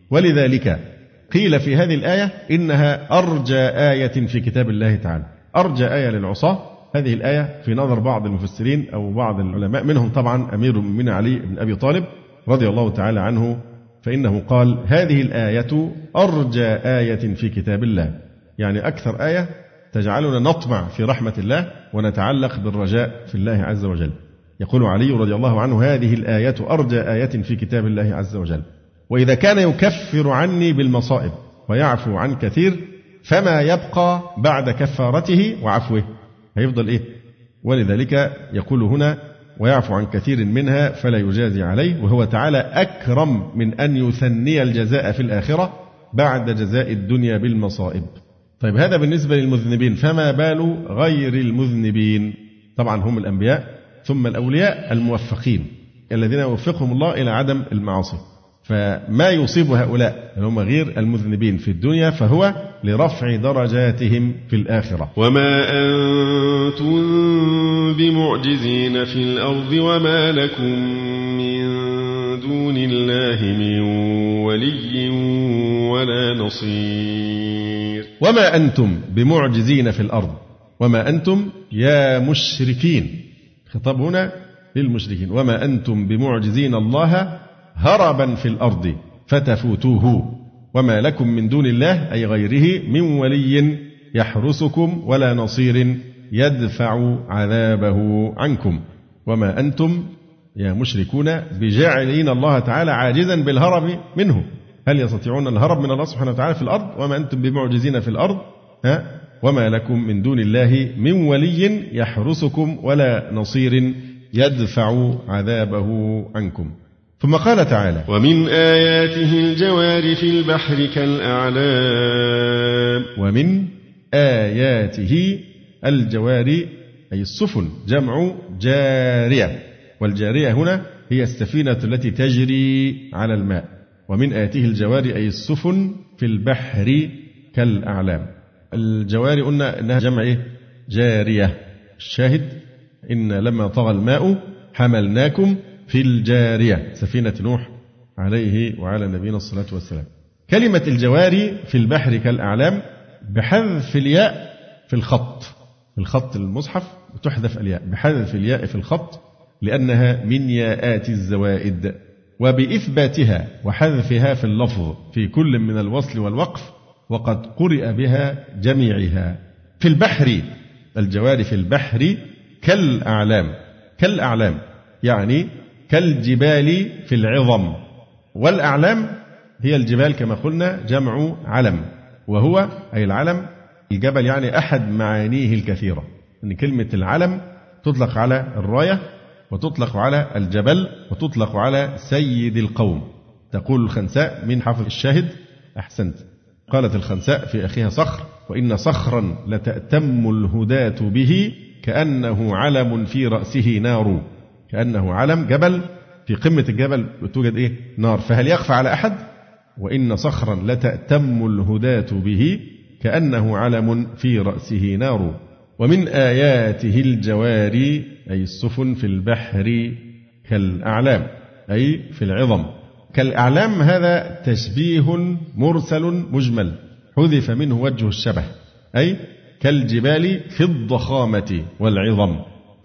ولذلك قيل في هذه الآية إنها أرجى آية في كتاب الله تعالى، أرجى آية للعصاة. هذه الآية في نظر بعض المفسرين أو بعض العلماء، منهم طبعا أمير المؤمنين علي بن أبي طالب رضي الله تعالى عنه، فإنه قال: هذه الآية أرجى آية في كتاب الله، يعني أكثر آية تجعلنا نطمع في رحمة الله ونتعلق بالرجاء في الله عز وجل. يقول علي رضي الله عنه: هذه الآية أرجى آية في كتاب الله عز وجل، وإذا كان يكفر عني بالمصائب ويعفو عن كثير فما يبقى بعد كفارته وعفوه، هيفضل إيه؟ ولذلك يقول هنا: ويعفو عن كثير منها فلا يجازي عليه، وهو تعالى أكرم من أن يثني الجزاء في الآخرة بعد جزاء الدنيا بالمصائب. طيب هذا بالنسبة للمذنبين، فما بال غير المذنبين؟ طبعا هم الأنبياء ثم الأولياء الموفقين الذين يوفقهم الله إلى عدم المعاصي، فما يصيب هؤلاء هم غير المذنبين في الدنيا فهو لرفع درجاتهم في الآخرة. وما أنتم بمعجزين في الأرض وما لكم من دون الله من ولي ولا نصير. وما أنتم بمعجزين في الأرض، وما أنتم يا مشركين، خطاب هنا للمشركين، وما أنتم بمعجزين الله هربا في الأرض فتفوتوه، وما لكم من دون الله أي غيره من ولي يحرسكم ولا نصير يدفع عذابه عنكم. وما أنتم يا مشركون بجعلين الله تعالى عاجزا بالهرب منه، هل يستطيعون الهرب من الله سبحانه وتعالى في الأرض؟ وما أنتم بمعجزين في الأرض، وما لكم من دون الله من ولي يحرسكم ولا نصير يدفع عذابه عنكم. ثم قال تعالى: ومن آياته الجوار في البحر كالأعلام. ومن آياته الجوار أي السفن، جمع جارية، والجارية هنا هي السفينة التي تجري على الماء. ومن آياته الجوار أي السفن في البحر كالأعلام. الجوار قلنا أنها جمع جارية. الشاهد: إن لما طغى الماء حملناكم في الجارية، سفينة نوح عليه وعلى نبينا الصلاة والسلام. كلمة الجواري في البحر كالأعلام بحذف الياء في الخط، في الخط المصحف تحذف الياء، بحذف الياء في الخط لأنها من ياءات الزوائد، وبإثباتها وحذفها في اللفظ في كل من الوصل والوقف، وقد قرئ بها جميعها. في البحر، الجواري في البحر كالأعلام، كالأعلام يعني كالجبال في العظم، والأعلام هي الجبال كما قلنا جمع علم، وهو أي العلم الجبل، يعني أحد معانيه الكثيرة، أن كلمة العلم تطلق على الراية وتطلق على الجبل وتطلق على سيد القوم. تقول الخنساء من حافظ الشاهد: أحسنت، قالت الخنساء في أخيها صخر: وإن صخرا لتأتم الهداة به كأنه علم في رأسه نار. كأنه علم جبل، في قمة الجبل توجد نار، فهل يخفى على أحد؟ وإن صخرا لتأتم الهداة به كأنه علم في رأسه نار. ومن آياته الجواري أي السفن في البحر كالأعلام أي في العظم. كالأعلام هذا تشبيه مرسل مجمل حذف منه وجه الشبه، أي كالجبال في الضخامة والعظم.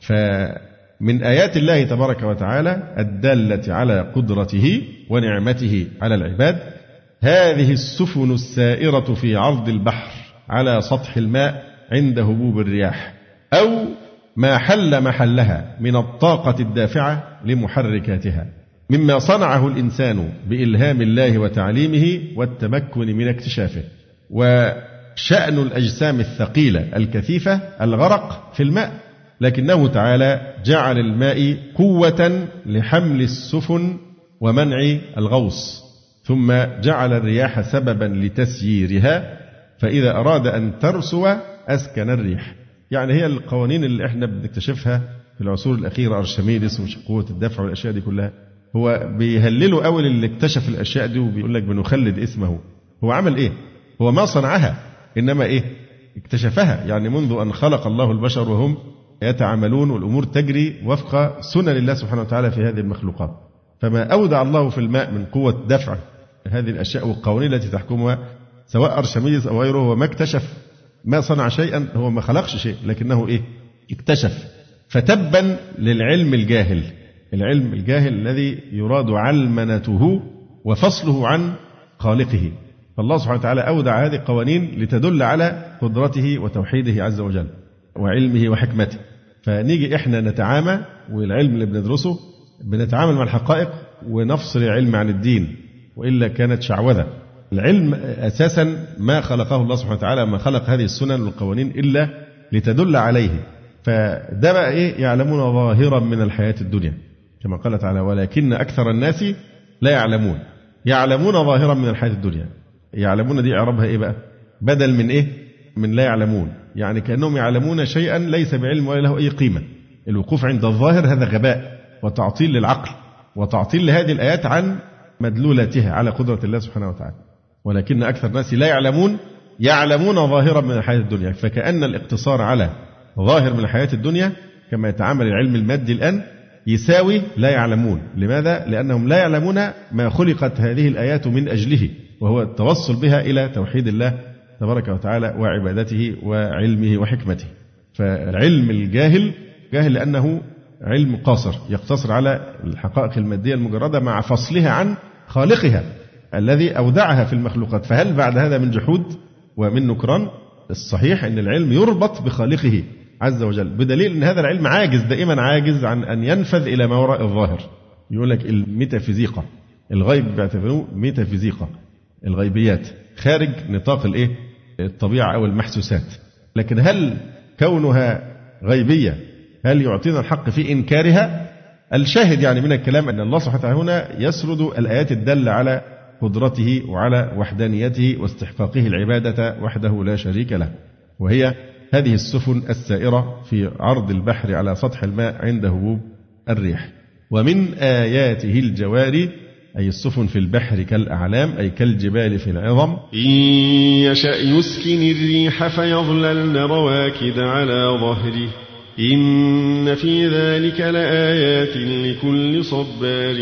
فمن آيات الله تبارك وتعالى الدالة على قدرته ونعمته على العباد هذه السفن السائرة في عرض البحر على سطح الماء عند هبوب الرياح، أو ما حل محلها من الطاقة الدافعة لمحركاتها، مما صنعه الإنسان بإلهام الله وتعليمه والتمكن من اكتشافه. وشأن الأجسام الثقيلة الكثيفة الغرق في الماء، لكنه تعالى جعل الماء قوة لحمل السفن ومنع الغوص، ثم جعل الرياح سببا لتسييرها، فإذا أراد أن ترسو أسكن الريح. يعني هي القوانين اللي احنا بنكتشفها في العصور الأخيرة، أرشميدس وقوة الدفع والأشياء دي كلها، هو بيهللوا أول اللي اكتشف الأشياء دي وبيقول لك بنخلد اسمه. هو عمل إيه؟ هو ما صنعها، إنما اكتشفها. يعني منذ أن خلق الله البشر وهم يتعاملون والأمور تجري وفق سنن الله سبحانه وتعالى في هذه المخلوقات. فما أودع الله في الماء من قوة دفع هذه الأشياء والقوانين التي تحكمها، سواء أرشميدس أو غيره، هو ما اكتشف، ما صنع شيئا، هو ما خلقش شيء، لكنه اكتشف. فتبا للعلم الجاهل، العلم الجاهل الذي يراد علمنته وفصله عن خالقه. فالله سبحانه وتعالى أودع هذه القوانين لتدل على قدرته وتوحيده عز وجل وعلمه وحكمته. فنيجي إحنا نتعامى، والعلم اللي بندرسه بنتعامل مع الحقائق ونفصل العلم عن الدين، وإلا كانت شعوذة. العلم أساسا ما خلقه الله سبحانه وتعالى، ما خلق هذه السنن والقوانين إلا لتدل عليه. فده بقى يعلمون ظاهرا من الحياة الدنيا، كما قال تعالى: ولكن أكثر الناس لا يعلمون. يعلمون ظاهرا من الحياة الدنيا. يعلمون دي إعرابها بقى؟ بدل من من لا يعلمون، يعني كأنهم يعلمون شيئا ليس بعلم ولا له أي قيمة. الوقوف عند الظاهر هذا غباء وتعطيل للعقل وتعطيل لهذه الآيات عن مدلولاتها على قدرة الله سبحانه وتعالى. ولكن أكثر الناس لا يعلمون، يعلمون ظاهرا من الحياة الدنيا. فكأن الاقتصار على ظاهر من الحياة الدنيا كما يتعامل العلم المادي الآن يساوي لا يعلمون. لماذا؟ لأنهم لا يعلمون ما خلقت هذه الآيات من أجله، وهو التوصل بها إلى توحيد الله تبارك وتعالى وعبادته وعلمه وحكمته. فالعلم الجاهل جاهل لأنه علم قاصر، يقتصر على الحقائق المادية المجردة مع فصلها عن خالقها الذي أودعها في المخلوقات. فهل بعد هذا من جحود ومن نكران؟ الصحيح أن العلم يربط بخالقه عز وجل، بدليل أن هذا العلم عاجز، دائما عاجز عن أن ينفذ إلى ما وراء الظاهر. يقول لك الميتافيزيقا، الغيب بيعتبروه ميتافيزيقا، الغيبيات خارج نطاق الطبيعة أو المحسوسات. لكن هل كونها غيبية هل يعطينا الحق في إنكارها؟ الشاهد يعني من الكلام أن الله سبحانه وتعالى هنا يسرد الآيات الدالة على قدرته وعلى وحدانيته واستحقاقه العبادة وحده لا شريك له، وهي هذه السفن السائرة في عرض البحر على سطح الماء عند هبوب الريح. ومن آياته الجواري أي السفن في البحر كالأعلام أي كالجبال في العظم. إن يشأ يسكن الريح فيظللن رواكد على ظهره إن في ذلك لآيات لكل صبار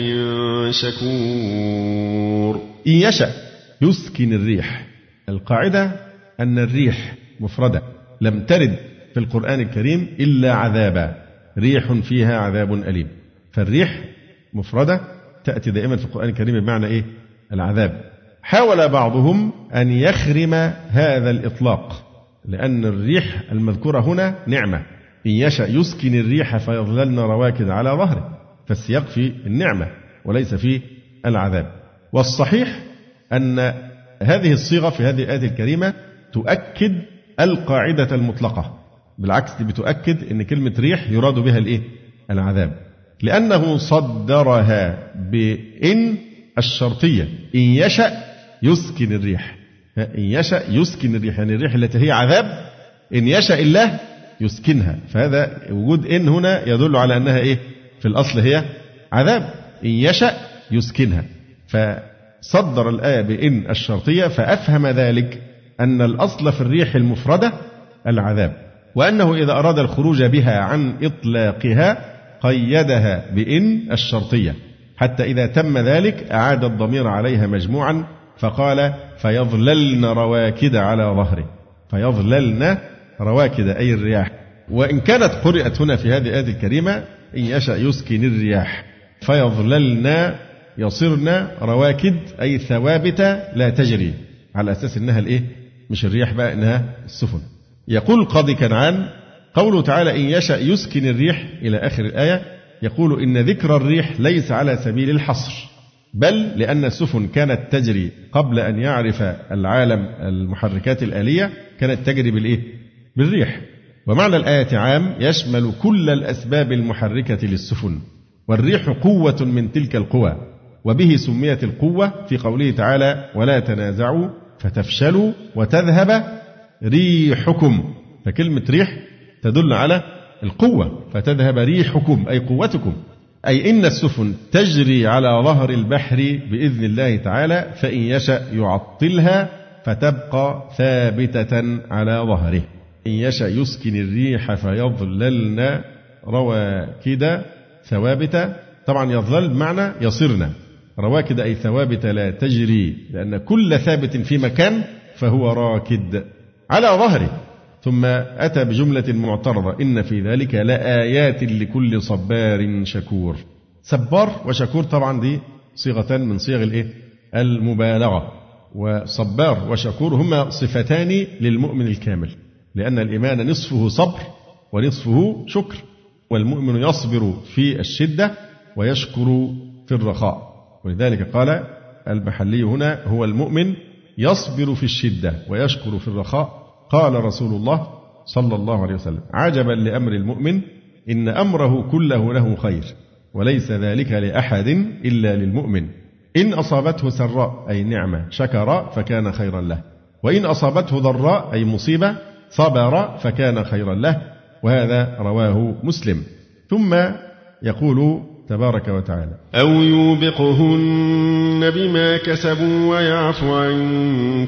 شكور. إن يشأ يسكن الريح. القاعدة أن الريح مفردة، لم ترد في القرآن الكريم إلا عذابا، ريح فيها عذاب أليم. فالريح مفردة تأتي دائما في القرآن الكريم بمعنى العذاب. حاول بعضهم أن يخرم هذا الإطلاق، لأن الريح المذكورة هنا نعمة. إن يشأ يسكن الريح فيظللن رواكد على ظهره، فالسياق في النعمة وليس في العذاب. والصحيح أن هذه الصيغة في هذه الآية الكريمة تؤكد القاعدة المطلقة، بالعكس دي بتؤكد أن كلمة ريح يراد بها العذاب، لأنه صدرها بإن الشرطية. إن يشأ يسكن الريح، إن يشأ يسكن الريح، يعني الريح التي هي عذاب إن يشأ الله يسكنها، فهذا وجود إن هنا يدل على أنها إيه؟ في الأصل هي عذاب، إن يشأ يسكنها، فصدر الآية بإن الشرطية، فأفهم ذلك أن الأصل في الريح المفردة العذاب، وأنه إذا أراد الخروج بها عن إطلاقها قيدها بإن الشرطية، حتى إذا تم ذلك أعاد الضمير عليها مجموعا فقال فيظللن رواكد على ظهره، فيظللن رواكد أي الرياح. وإن كانت قرأت هنا في هذه الآية الكريمة إن يشأ يسكن الرياح فيظللن يصرن رواكد أي ثوابت لا تجري، على أساس إنها الإيه؟ مش الرياح بقى، إنها السفن. يقول القاضي كنعان قوله تعالى إن يشأ يسكن الريح إلى آخر الآية، يقول إن ذكر الريح ليس على سبيل الحصر، بل لأن السفن كانت تجري قبل أن يعرف العالم المحركات الآلية، كانت تجري بالإيه؟ بالريح. ومعنى الآية عام يشمل كل الأسباب المحركة للسفن، والريح قوة من تلك القوى، وبه سميت القوة في قوله تعالى ولا تنازعوا فتفشلوا وتذهب ريحكم، فكلمة ريح تدل على القوة، فتذهب ريحكم أي قوتكم، أي إن السفن تجري على ظهر البحر بإذن الله تعالى، فإن يشأ يعطلها فتبقى ثابتة على ظهره. إن يشأ يسكن الريح فيظللن رواكد ثوابت، طبعا يظلل بمعنى يصرن، رواكد أي ثوابت لا تجري، لأن كل ثابت في مكان فهو راكد على ظهره. ثم أتى بجملة معترضة إن في ذلك لآيات لكل صبار شكور. صبار وشكور طبعا دي صيغتان من صيغ الإيه؟ المبالغة، وصبار وشكور هما صفتان للمؤمن الكامل، لأن الإيمان نصفه صبر ونصفه شكر، والمؤمن يصبر في الشدة ويشكر في الرخاء، ولذلك قال المحلي هنا هو المؤمن يصبر في الشدة ويشكر في الرخاء. قال رسول الله صلى الله عليه وسلم عجبا لأمر المؤمن إن أمره كله له خير، وليس ذلك لأحد إلا للمؤمن، إن أصابته سراء أي نعمة شكر فكان خيرا له، وإن أصابته ضراء أي مصيبة صبر فكان خيرا له، وهذا رواه مسلم. ثم يقول تبارك وتعالى أو يوبقهن بما كسبوا ويعفو عن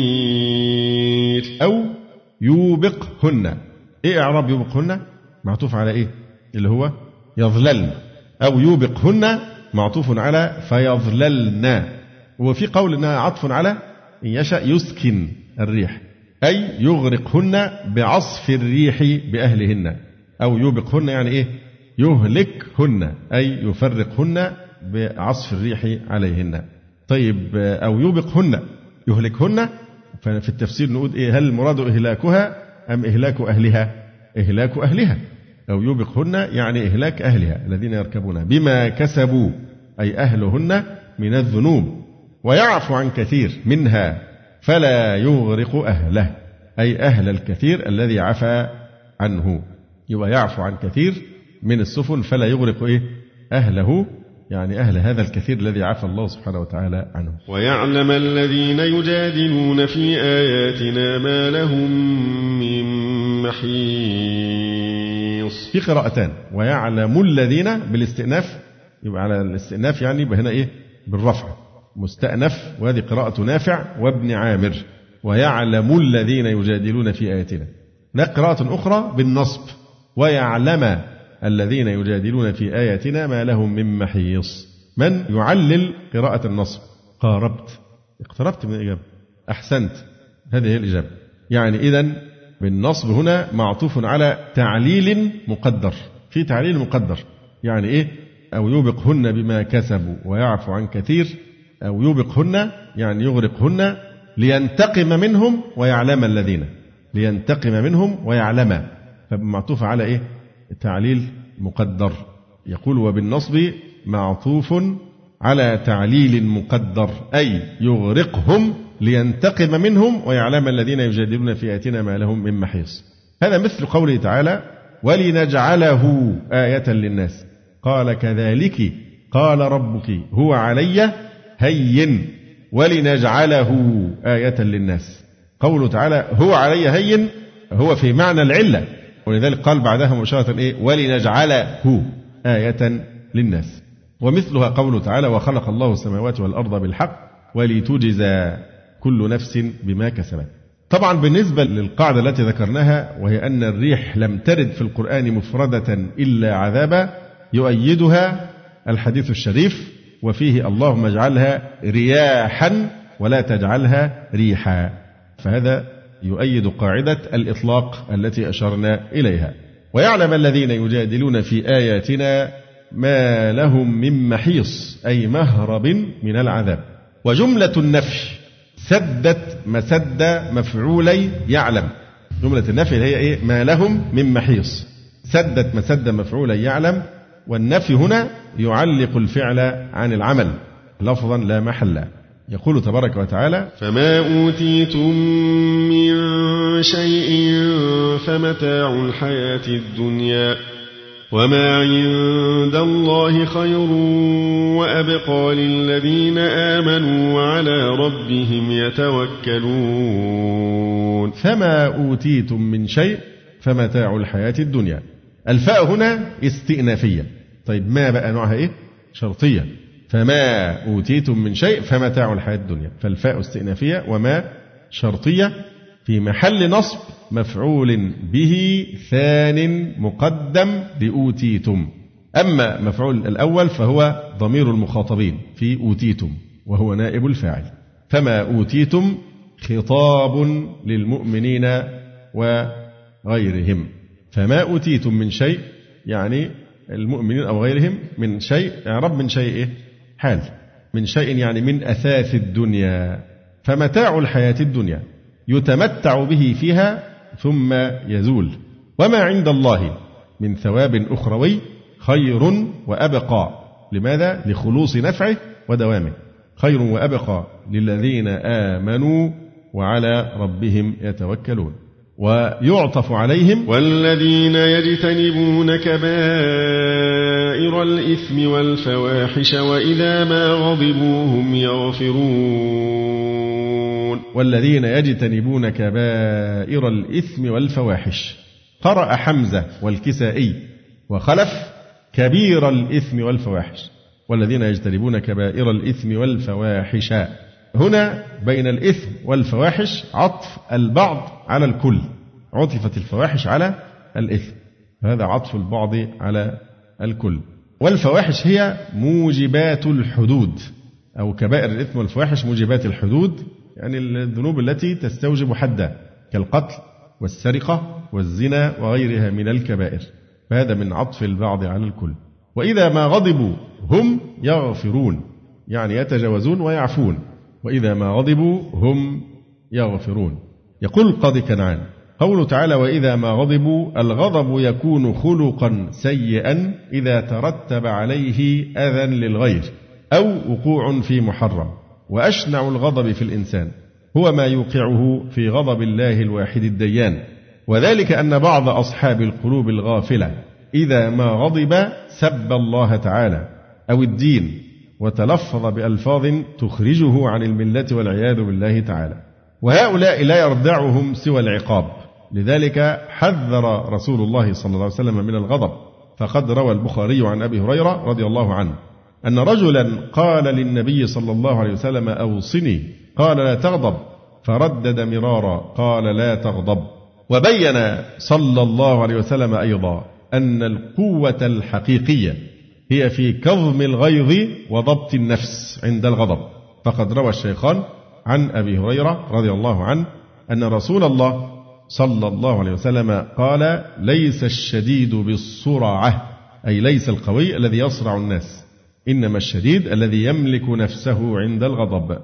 كثير. أو يوبقهن، إيه إعراب يوبقهن؟ معطوف على إيه؟ اللي هو يظللن. أو يوبقهن معطوف على فيظللن، وفي قول إنها عطف على إن يشأ يسكن الريح، أي يغرقهن بعصف الريح بأهلهن. أو يوبقهن يعني إيه؟ يهلكهن أي يفرقهن بعصف الريح عليهن. طيب أو يوبقهن يهلكهن، ففي التفسير نقول إيه؟ هل المراد إهلاكها أم إهلاك أهلها؟ إهلاك أهلها. أو يوبقهن يعني إهلاك أهلها الذين يركبون بما كسبوا أي أهلهن من الذنوب، ويعفو عن كثير منها فلا يغرق أهله أي أهل الكثير الذي عفى عنه، يبقى يعفو عن كثير من السفن فلا يغرق إيه؟ أهله، يعني أهل هذا الكثير الذي عفى الله سبحانه وتعالى عنه. ويعلم الذين يجادلون في آياتنا ما لهم من محيص. في قراءتان، ويعلم الذين بالاستئناف، يبقى على الاستئناف يعني يبقى هنا إيه؟ بالرفع مستأنف، وهذه قراءة نافع وابن عامر، ويعلم الذين يجادلون في آياتنا. لا قراءة أخرى بالنصب، ويعلم الذين يجادلون في آياتنا ما لهم من محيص. من يعلل قراءة النصب؟ قاربت، اقتربت من الإجابة، أحسنت، هذه هي الإجابة. يعني إذن بالنصب هنا معطوف على تعليل مقدر، في تعليل مقدر، يعني إيه؟ أو يوبقهن بما كسبوا ويعفو عن كثير، أو يوبقهن يعني يغرقهن لينتقم منهم ويعلم الذين، لينتقم منهم ويعلم، فمعطوف على إيه؟ تعليل مقدر. يقول وبالنصب معطوف على تعليل مقدر، أي يغرقهم لينتقم منهم ويعلم الذين يجادلون في آياتنا ما لهم من محيص. هذا مثل قوله تعالى ولنجعله آية للناس، قال كذلك قال ربك هو علي هين ولنجعله آية للناس. قوله تعالى هو علي هين هو في معنى العلة، ولذلك قال بعدها مباشرة ولنجعله آية للناس. ومثلها قوله تعالى وخلق الله السماوات والأرض بالحق ولتجزى كل نفس بما كسبت. طبعا بالنسبة للقاعدة التي ذكرناها وهي أن الريح لم ترد في القرآن مفردة إلا عذابا، يؤيدها الحديث الشريف وفيه اللهم اجعلها رياحا ولا تجعلها ريحا، فهذا يؤيد قاعدة الإطلاق التي أشرنا إليها. ويعلم الذين يجادلون في آياتنا ما لهم من محيص أي مهرب من العذاب. وجملة النفي سدت مسد مفعولي يعلم. جملة النفي هي ما لهم من محيص، سدت مسد مفعولي يعلم، والنفي هنا يعلق الفعل عن العمل لفظا لا محلا. يقول تبارك وتعالى فما أوتيتم من شيء فمتاع الحياة الدنيا وما عند الله خير وأبقى للذين آمنوا وعلى ربهم يتوكلون. فما أوتيتم من شيء فمتاع الحياة الدنيا. الفاء هنا استئنافية. طيب ما بقى نوعها إيه؟ شرطية. فما أوتيتم من شيء فمتاع الحياة الدنيا، فالفاء استئنافية وما شرطية في محل نصب مفعول به ثان مقدم لأوتيتم. أما مفعول الأول فهو ضمير المخاطبين في أوتيتم وهو نائب الفاعل. فما أوتيتم خطاب للمؤمنين وغيرهم. فما أوتيتم من شيء يعني المؤمنين أو غيرهم، من شيء إعراب من شيء إيه؟ حال من شيء يعني من أثاث الدنيا. فمتاع الحياة الدنيا يتمتع به فيها ثم يزول، وما عند الله من ثواب أخروي خير وأبقى. لماذا؟ لخلوص نفعه ودوامه. خير وأبقى للذين آمنوا وعلى ربهم يتوكلون. ويعطف عليهم والذين يجتنبون كبائر الإثم والفواحش وإذا ما غضبوا هم يغفرون. والذين يجتنبون كبائر الإثم والفواحش. قرأ حمزة والكسائي وخلف كبير الإثم والفواحش. والذين يجتنبون كبائر الإثم والفواحش. هنا بين الإثم والفواحش عطف البعض على الكل، عطفت الفواحش على الإثم، هذا عطف البعض على الكل. والفواحش هي موجبات الحدود، أو كبائر الإثم والفواحش موجبات الحدود، يعني الذنوب التي تستوجب حدا كالقتل والسرقة والزنا وغيرها من الكبائر، فهذا من عطف البعض على الكل. وإذا ما غضبوا هم يغفرون، يعني يتجاوزون ويعفون. وإذا ما غضبوا هم يغفرون. يقول القاضي كنعان قوله تعالى وإذا ما غضبوا، الغضب يكون خلقا سيئا إذا ترتب عليه أذى للغير أو وقوع في محرم. وأشنع الغضب في الإنسان هو ما يوقعه في غضب الله الواحد الديان، وذلك أن بعض أصحاب القلوب الغافلة إذا ما غضب سب الله تعالى أو الدين وتلفظ بألفاظ تخرجه عن الملة والعياذ بالله تعالى، وهؤلاء لا يردعهم سوى العقاب. لذلك حذر رسول الله صلى الله عليه وسلم من الغضب، فقد روى البخاري عن أبي هريرة رضي الله عنه أن رجلا قال للنبي صلى الله عليه وسلم أوصني، قال لا تغضب، فردد مرارا قال لا تغضب. وبين صلى الله عليه وسلم أيضا أن القوة الحقيقية هي في كظم الغيظ وضبط النفس عند الغضب، فقد روى الشيخان عن أبي هريرة رضي الله عنه أن رسول الله صلى الله عليه وسلم قال ليس الشديد بالصرعة، أي ليس القوي الذي يصرع الناس، إنما الشديد الذي يملك نفسه عند الغضب.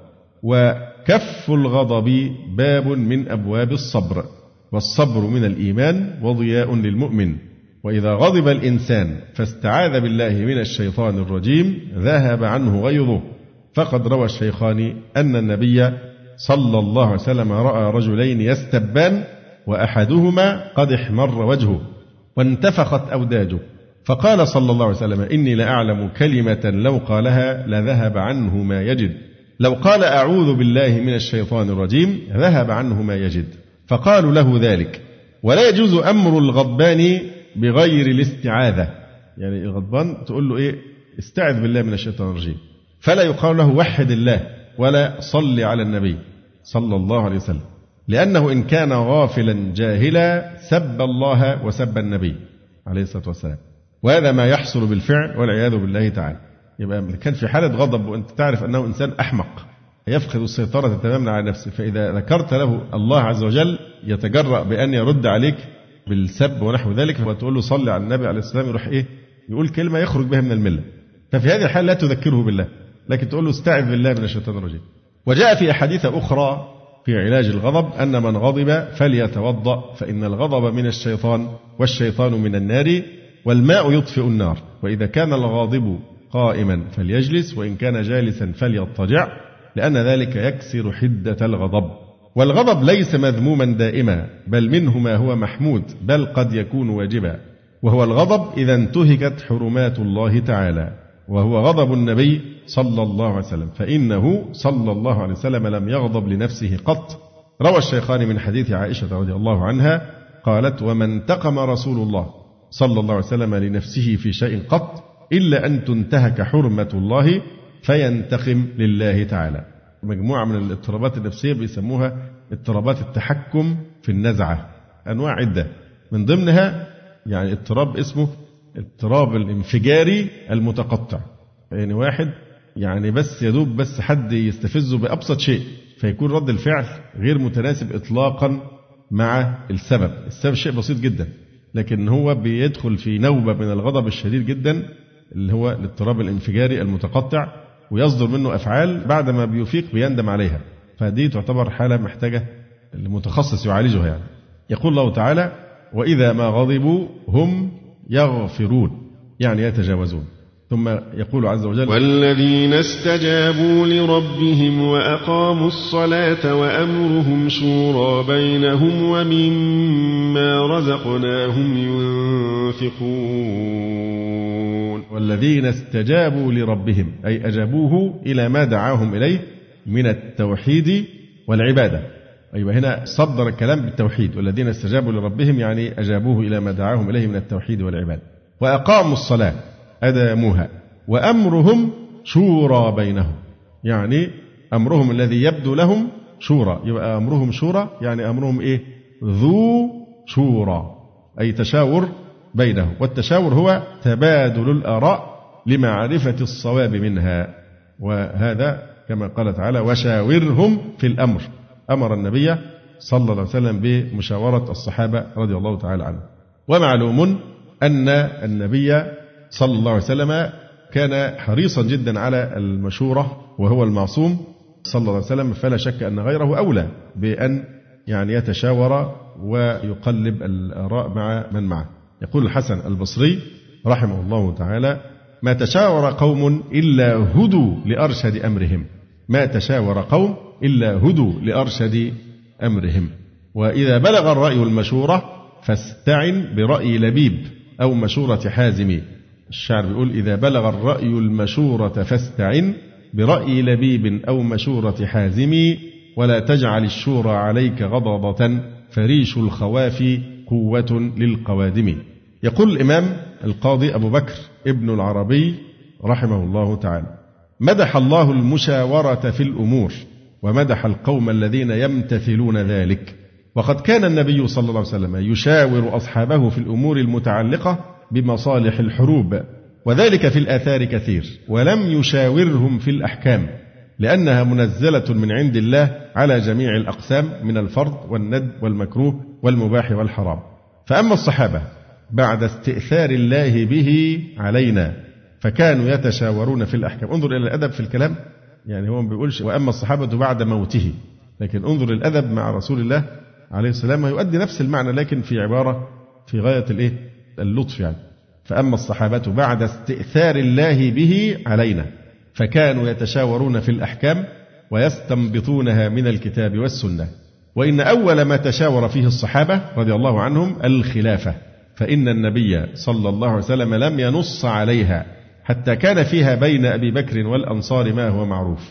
وكف الغضب باب من أبواب الصبر، والصبر من الإيمان وضياء للمؤمن. وإذا غضب الإنسان فاستعاذ بالله من الشيطان الرجيم ذهب عنه غيظه، فقد روى الشيخان أن النبي صلى الله عليه وسلم رأى رجلين يستبان وأحدهما قد احمر وجهه وانتفخت أوداجه، فقال صلى الله عليه وسلم إني لأعلم كلمة لو قالها لذهب عنه ما يجد، لو قال أعوذ بالله من الشيطان الرجيم ذهب عنه ما يجد، فقالوا له ذلك. ولا يجوز أمر الغضبان بغير الاستعاذة، يعني الغضبان تقول له إيه؟ استعذ بالله من الشيطان الرجيم، فلا يقال له وحد الله ولا صل على النبي صلى الله عليه وسلم، لأنه إن كان غافلا جاهلا سب الله وسب النبي عليه الصلاة والسلام، وهذا ما يحصل بالفعل والعياذ بالله تعالى. يبقى كان في حالة غضب وأنت تعرف أنه إنسان أحمق يفقد السيطرة تماما على نفسه، فإذا ذكرت له الله عز وجل يتجرأ بأن يرد عليك بالسب ونحو ذلك، وتقول له صلي على النبي عليه السلام، يروح إيه؟ يقول كلمة يخرج بها من الملة. ففي هذه الحال لا تذكره بالله، لكن تقول له استعذ بالله من الشيطان الرجيم. وجاء في أحاديث أخرى في علاج الغضب أن من غضب فليتوضأ، فإن الغضب من الشيطان والشيطان من النار والماء يطفئ النار، وإذا كان الغاضب قائما فليجلس، وإن كان جالسا فليضطجع، لأن ذلك يكسر حدة الغضب. والغضب ليس مذموما دائما، بل منه ما هو محمود، بل قد يكون واجبا، وهو الغضب إذا انتهكت حرمات الله تعالى، وهو غضب النبي صلى الله عليه وسلم، فإنه صلى الله عليه وسلم لم يغضب لنفسه قط. روى الشيخان من حديث عائشة رضي الله عنها قالت: وما انتقم رسول الله صلى الله عليه وسلم لنفسه في شيء قط إلا أن تنتهك حرمة الله فينتقم لله تعالى. مجموعة من الاضطرابات النفسية بيسموها اضطرابات التحكم في النزعة، أنواع عدة، من ضمنها يعني اضطراب اسمه اضطراب الانفجاري المتقطع، يعني واحد يعني بس يدوب بس حد يستفزه بأبسط شيء فيكون رد الفعل غير متناسب إطلاقا مع السبب شيء بسيط جدا، لكن هو بيدخل في نوبة من الغضب الشديد جدا اللي هو الاضطراب الانفجاري المتقطع، ويصدر منه أفعال بعد ما بيفيق بيندم عليها، فدي تعتبر حالة محتاجة المتخصص يعالجها. يعني يقول الله تعالى: وإذا ما غضبوا هم يغفرون، يعني يتجاوزون. ثم يقول عز وجل: والذين استجابوا لربهم وأقاموا الصلاة وأمرهم شورى بينهم ومما رزقناهم ينفقون. والذين استجابوا لربهم أي أجابوه إلى ما دعاهم إليه من التوحيد والعبادة. أيوة، هنا صدر الكلام بالتوحيد، والذين استجابوا لربهم يعني أجابوه إلى ما دعاهم إليه من التوحيد والعبادة. وأقاموا الصلاة أداموها، وأمرهم شورى بينهم، يعني أمرهم الذي يبدو لهم شورى، يبقى أمرهم شورى يعني أمرهم إيه؟ ذو شورى، أي تشاور بينهم. والتشاور هو تبادل الآراء لمعرفة الصواب منها، وهذا كما قال تعالى: وشاورهم في الأمر. أمر النبي صلى الله عليه وسلم بمشاورة الصحابة رضي الله تعالى عنهم. ومعلوم أن النبي صلى الله عليه وسلم كان حريصا جدا على المشورة، وهو المعصوم صلى الله عليه وسلم، فلا شك أن غيره أولى بأن يعني يتشاور ويقلب الآراء مع من معه. يقول الحسن البصري رحمه الله تعالى: ما تشاور قوم إلا هدوا لأرشد أمرهم، ما تشاور قوم إلا هدوا لأرشد أمرهم. وإذا بلغ الرأي المشورة فاستعن برأي لبيب أو مشورة حازم. الشاعر بيقول: إذا بلغ الرأي المشورة فاستعن برأي لبيب أو مشورة حازم، ولا تجعل الشورى عليك غضضة، فريش الخواف قوة للقوادم. يقول الإمام القاضي أبو بكر ابن العربي رحمه الله تعالى: مدح الله المشاورة في الأمور، ومدح القوم الذين يمتثلون ذلك. وقد كان النبي صلى الله عليه وسلم يشاور أصحابه في الأمور المتعلقة بمصالح الحروب، وذلك في الآثار كثير، ولم يشاورهم في الأحكام، لأنها منزلة من عند الله على جميع الأقسام من الفرض والند والمكروه والمباح والحرام. فأما الصحابة بعد استئثار الله به علينا فكانوا يتشاورون في الأحكام. انظر إلى الأدب في الكلام، يعني هو ما بيقولش وأما الصحابة بعد موته، لكن انظر الأدب مع رسول الله عليه السلام، يؤدي نفس المعنى لكن في عبارة في غاية اللطف. يعني فأما الصحابة بعد استئثار الله به علينا فكانوا يتشاورون في الأحكام ويستنبطونها من الكتاب والسنة. وإن أول ما تشاور فيه الصحابة رضي الله عنهم الخلافة، فإن النبي صلى الله عليه وسلم لم ينص عليها حتى كان فيها بين أبي بكر والأنصار ما هو معروف،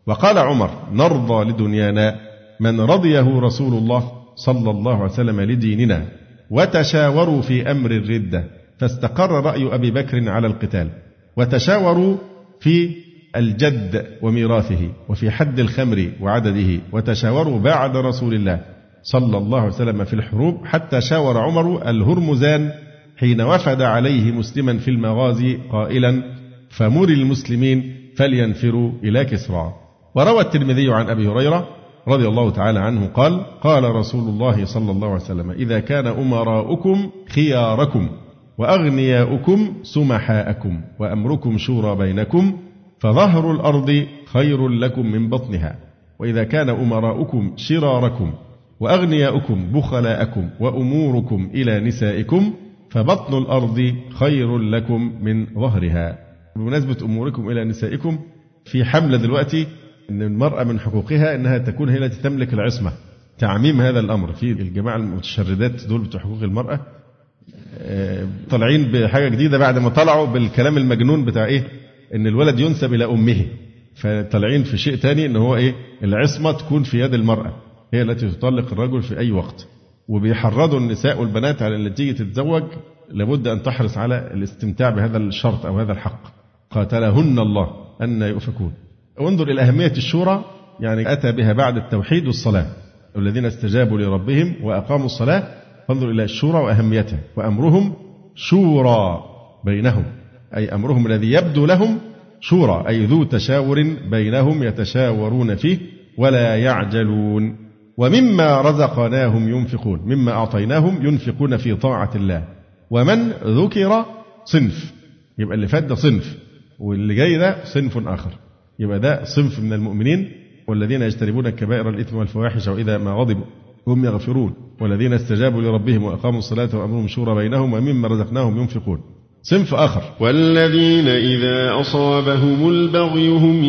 وقال عمر: نرضى لدنيانا من رضيه رسول الله صلى الله عليه وسلم لديننا. وتشاوروا في أمر الردة فاستقر رأي أبي بكر على القتال، وتشاوروا في الجد وميراثه، وفي حد الخمر وعدده، وتشاوروا بعد رسول الله صلى الله عليه وسلم في الحروب، حتى شاور عمر الهرمزان حين وفد عليه مسلما في المغازي قائلا: فمر المسلمين فلينفروا إلى كسرى. وروى الترمذي عن أبي هريرة رضي الله تعالى عنه قال: قال رسول الله صلى الله عليه وسلم: إذا كان أمراؤكم خياركم وأغنياؤكم سمحاءكم وأمركم شورى بينكم فظهر الأرض خير لكم من بطنها، وإذا كان أمراؤكم شراركم وأغنياؤكم بخلاءكم وأموركم إلى نسائكم فبطن الأرض خير لكم من ظهرها. بمناسبة أموركم إلى نسائكم، في حملة دلوقتي أن المرأة من حقوقها أنها تكون هي التي تملك العصمة. تعميم هذا الأمر في الجماعة المتشردات دول بتوع حقوق المرأة طالعين بحاجة جديدة بعد ما طلعوا بالكلام المجنون بتاع إيه أن الولد ينسب إلى أمه، فطالعين في شيء تاني أن هو إيه العصمة تكون في يد المرأة، هي التي تطلق الرجل في أي وقت. وبيحرضوا النساء والبنات على اللي تيجي تتزوج لابد أن تحرص على الاستمتاع بهذا الشرط أو هذا الحق. قاتلهن الله أن يؤفكون. وانظر إلى أهمية الشورى، يعني أتى بها بعد التوحيد والصلاة، الذين استجابوا لربهم وأقاموا الصلاة. فانظر إلى الشورى وأهميتها. وأمرهم شورى بينهم، أي أمرهم الذي يبدو لهم شورى، أي ذو تشاور بينهم يتشاورون فيه ولا يعجلون. ومما رزقناهم ينفقون، مما أعطيناهم ينفقون في طاعة الله. ومن ذكر صنف، يبقى اللي فات ده صنف، واللي جاي ده صنف آخر، يبقى ده صنف من المؤمنين. والذين يجتنبون الكبائر الإثم والفواحش وإذا ما غضبوا هم يغفرون، والذين استجابوا لربهم وأقاموا الصلاة وأمرهم شورى بينهم ومما رزقناهم ينفقون. صنف آخر: والذين إذا أصابهم البغي هم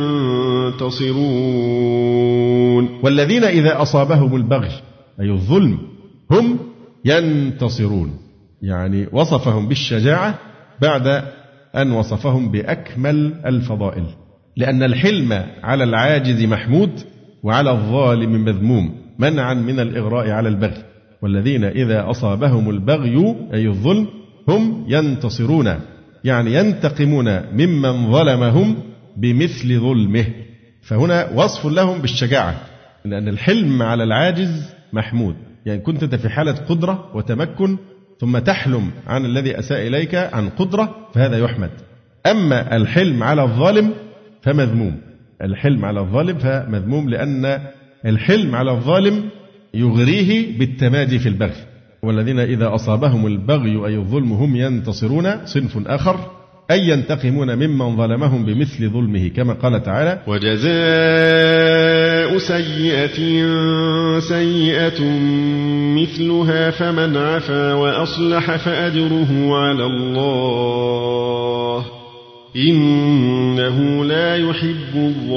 ينتصرون. والذين إذا أصابهم البغي أي الظلم هم ينتصرون، يعني وصفهم بالشجاعة بعد أن وصفهم بأكمل الفضائل، لأن الحلم على العاجز محمود وعلى الظالم مذموم منعا من الإغراء على البغي. والذين إذا أصابهم البغي أي الظلم هم ينتصرون، يعني ينتقمون ممن ظلمهم بمثل ظلمه. فهنا وصف لهم بالشجاعة، لأن الحلم على العاجز محمود، يعني كنت أنت في حالة قدرة وتمكن ثم تحلم عن الذي أساء إليك عن قدرة فهذا يحمد. أما الحلم على الظالم فمذموم، الحلم على الظالم فمذموم، لأن الحلم على الظالم يغريه بالتمادي في البغي. والذين إذا أصابهم البغي أي الظلم هم ينتصرون. صنف آخر: أي ينتقمون ممن ظلمهم بمثل ظلمه، كما قال تعالى: وجزاء سيئة سيئة مثلها فمن عفا وأصلح فأجره على الله إنه لا يحب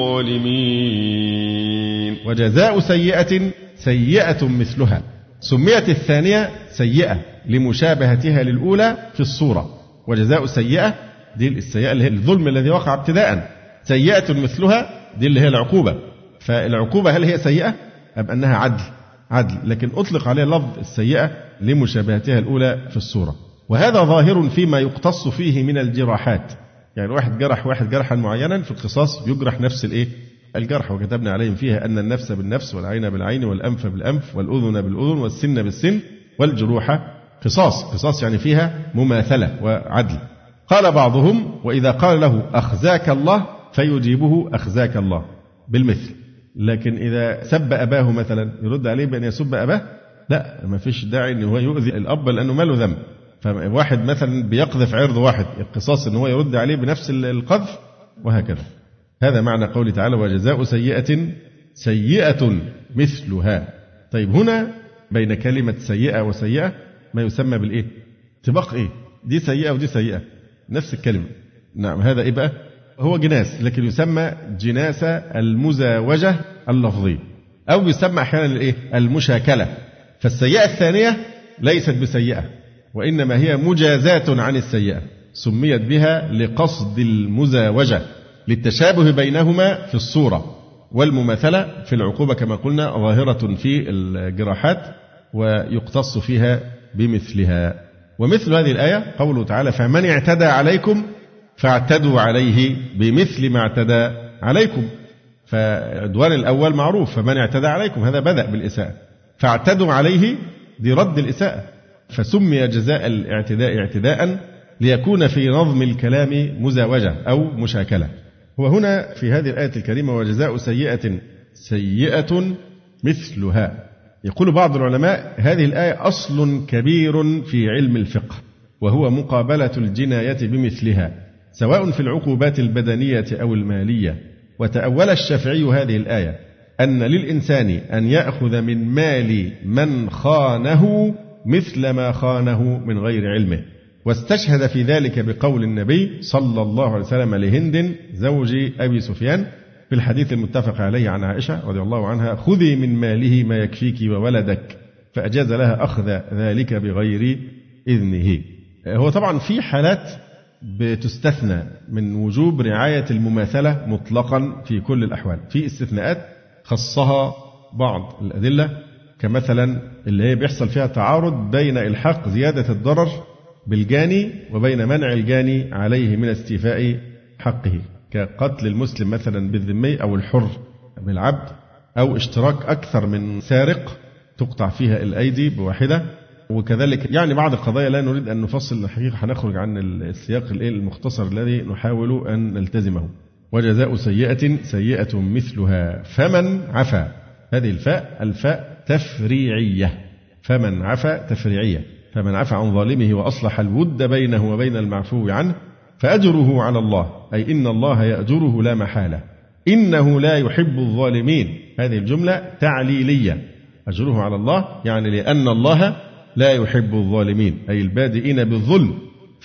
الظالمين. وجزاء سيئة سيئة مثلها. سميت الثانية سيئة لمشابهتها للأولى في الصورة. وجزاء سيئة دي السيئة اللي هي الظلم الذي وقع ابتداء، سيئة مثلها دي اللي هي العقوبة. فالعقوبة هل هي سيئة أم أنها عدل، لكن أطلق عليها لفظ السيئة لمشابهتها الأولى في الصورة. وهذا ظاهر فيما يقتص فيه من الجراحات، يعني واحد جرح واحد جرحا معينا، في القصاص يجرح نفس الجرح. وكتبنا عليهم فيها أن النفس بالنفس والعين بالعين والأنف بالأنف والأذن بالأذن والسن بالسن والجروح قصاص يعني فيها مماثلة وعدل. قال بعضهم: وإذا قال له أخزاك الله فيجيبه أخزاك الله بالمثل. لكن إذا سب أباه مثلا يرد عليه بأن يسب أباه؟ لا، ما فيش داعي أن هو يؤذي الأب لأنه ما له ذنب. فواحد مثلا بيقذف عرض واحد، القصاص أن هو يرد عليه بنفس القذف، وهكذا. هذا معنى قوله تعالى: وجزاء سيئة سيئة مثلها. طيب هنا بين كلمة سيئة وسيئة ما يسمى بالإيه؟ طباق إيه؟ دي سيئة ودي سيئة، نفس الكلمة. نعم، هذا إيه بقى؟ هو جناس، لكن يسمى جناس المزاوجة اللفظية، أو يسمى أحيانا الإيه؟ المشاكلة. فالسيئة الثانية ليست بسيئة، وإنما هي مجازاة عن السيئة، سميت بها لقصد المزاوجة، للتشابه بينهما في الصورة، والمماثلة في العقوبة كما قلنا ظاهرة في الجراحات ويقتص فيها بمثلها. ومثل هذه الآية قوله تعالى: فمن اعتدى عليكم فاعتدوا عليه بمثل ما اعتدى عليكم. فالعدوان الأول معروف، فمن اعتدى عليكم هذا بدأ بالإساءة، فاعتدوا عليه دي رد الإساءة، فسمي جزاء الاعتداء اعتداء ليكون في نظم الكلام مزاوجة أو مشاكلة. وهنا في هذه الآية الكريمة: وجزاء سيئة سيئة مثلها. يقول بعض العلماء: هذه الآية أصل كبير في علم الفقه، وهو مقابلة الجناية بمثلها سواء في العقوبات البدنية أو المالية. وتأول الشافعي هذه الآية أن للإنسان أن يأخذ من مال من خانه مثل ما خانه من غير علمه، واستشهد في ذلك بقول النبي صلى الله عليه وسلم لهند زوج أبي سفيان في الحديث المتفق عليه عن عائشة رضي الله عنها: خذي من ماله ما يكفيك وولدك، فأجاز لها أخذ ذلك بغير إذنه. هو طبعا في حالات بتستثنى من وجوب رعاية المماثلة مطلقا في كل الأحوال، في استثناءات خصها بعض الأدلة، كمثلا اللي هي بيحصل فيها تعارض بين إلحاق زيادة الضرر بالجاني وبين منع الجاني عليه من استيفاء حقه، كقتل المسلم مثلا بالذمي أو الحر بالعبد، أو اشتراك أكثر من سارق تقطع فيها الأيدي بواحدة. وكذلك يعني بعض القضايا لا نريد أن نفصل الحقيقة، هنخرج عن السياق المختصر الذي نحاول أن نلتزمه. وجزاء سيئة سيئة مثلها فمن عفا. هذه الفاء تفريعية، فمن عفا تفريعية، فمن عفا عن ظالمه وأصلح الود بينه وبين المعفو عنه فأجره على الله، أي إن الله يأجره لا محالة، إنه لا يحب الظالمين. هذه الجملة تعليلية، أجره على الله يعني لأن الله لا يحب الظالمين، أي البادئين بالظلم،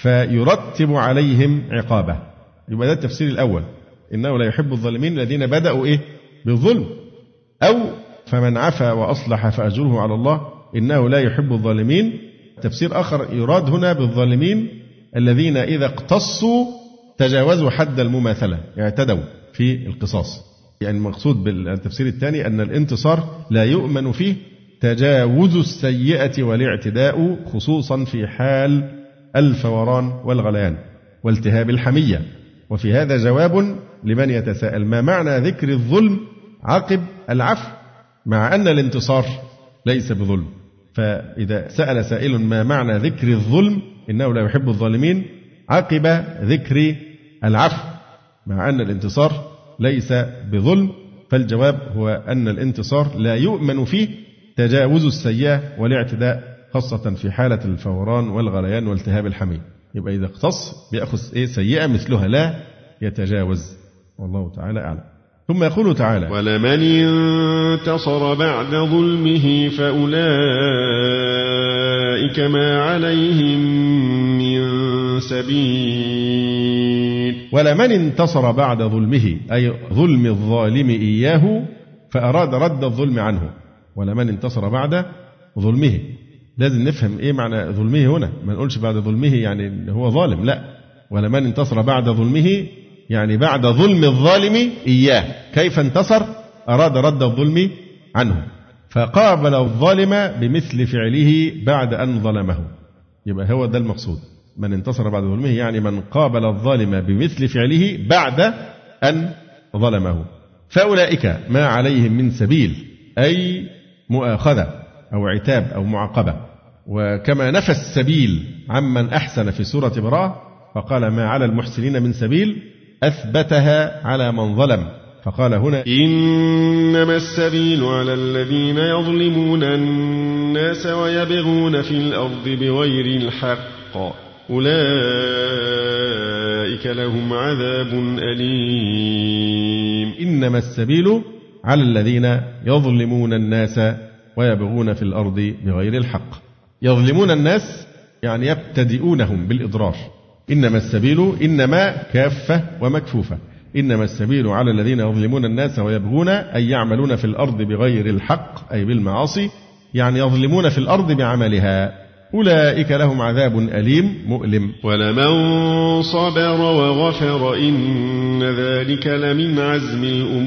فيرتب عليهم عقابه. يبقى ده التفسير الأول، إنه لا يحب الظالمين الذين بدأوا بالظلم. أو فمن عفا وأصلح فأجره على الله إنه لا يحب الظالمين. تفسير آخر يراد هنا بالظالمين الذين إذا اقتصوا تجاوزوا حد المماثلة، اعتدوا في القصاص. يعني المقصود بالتفسير الثاني أن الانتصار لا يؤمن فيه تجاوز السيئة والاعتداء، خصوصا في حال الفوران والغليان والتهاب الحمية. وفي هذا جواب لمن يتساءل: ما معنى ذكر الظلم عقب العفو مع أن الانتصار ليس بظلم؟ فإذا سأل سائل ما معنى ذكر الظلم إنه لا يحب الظالمين عقب ذكر العفو مع أن الانتصار ليس بظلم، فالجواب هو أن الانتصار لا يؤمن فيه تجاوز السيئة والاعتداء، خاصة في حالة الفوران والغليان والتهاب الحمية. يبقى إذا اقتص بيأخذ سيئة مثلها لا يتجاوز، والله تعالى أعلم. ثم يقول تعالى: ولمن انتصر بعد ظلمه فأولئك ما عليهم من سبيل. ولمن انتصر بعد ظلمه أي ظلم الظالم إياه فأراد رد الظلم عنه. ولمن انتصر بعد ظلمه، لازم نفهم إيه معنى ظلمه هنا، ما نقولش بعد ظلمه يعني هو ظالم، لا، ولمن انتصر بعد ظلمه يعني بعد ظلم الظالم إياه. كيف انتصر؟ أراد رد الظلم عنه، فقابل الظالم بمثل فعله بعد أن ظلمه. يبقى هو ده المقصود، من انتصر بعد ظلمه يعني من قابل الظالم بمثل فعله بعد أن ظلمه. فأولئك ما عليهم من سبيل، أي مؤاخذة أو عتاب أو معاقبة. وكما نفى السبيل عمن أحسن في سورة براءة فقال ما على المحسنين من سبيل، أثبتها على من ظلم فقال هنا إنما السبيل على الذين يظلمون الناس ويبغون في الأرض بغير الحق أولئك لهم عذاب أليم. إنما السبيل على الذين يظلمون الناس ويبغون في الأرض بغير الحق. يظلمون الناس يعني يبتدئونهم بالإضرار. إنما السبيل إنما كافة ومكفوفة، إنما السبيل على الذين يظلمون الناس ويبغون أي يعملون في الأرض بغير الحق أي بالمعاصي، يعني يظلمون في الأرض بعملها أولئك لهم عذاب أليم مؤلم. ولمن صبر وغفر إن ذلك لمن عزم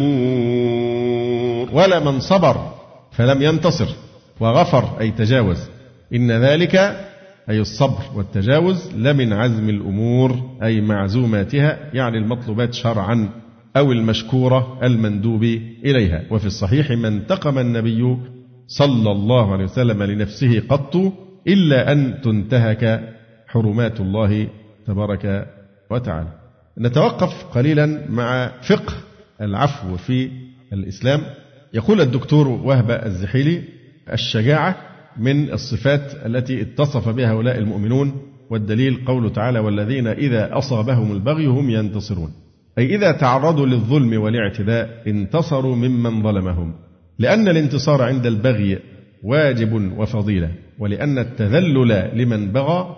الأمور. ولمن صبر فلم ينتصر، وغفر أي تجاوز، إن ذلك أي الصبر والتجاوز لمن عزم الأمور أي معزوماتها، يعني المطلوبات شرعا أو المشكورة المندوب إليها. وفي الصحيح ما انتقم النبي صلى الله عليه وسلم لنفسه قط إلا أن تنتهك حرمات الله تبارك وتعالى. نتوقف قليلا مع فقه العفو في الإسلام. يقول الدكتور وهب الزحيلي: الشجاعة من الصفات التي اتصف بها هؤلاء المؤمنون، والدليل قوله تعالى: والذين إذا أصابهم البغي هم ينتصرون، أي إذا تعرضوا للظلم والاعتداء انتصروا ممن ظلمهم، لأن الانتصار عند البغي واجب وفضيلة، ولأن التذلل لمن بغى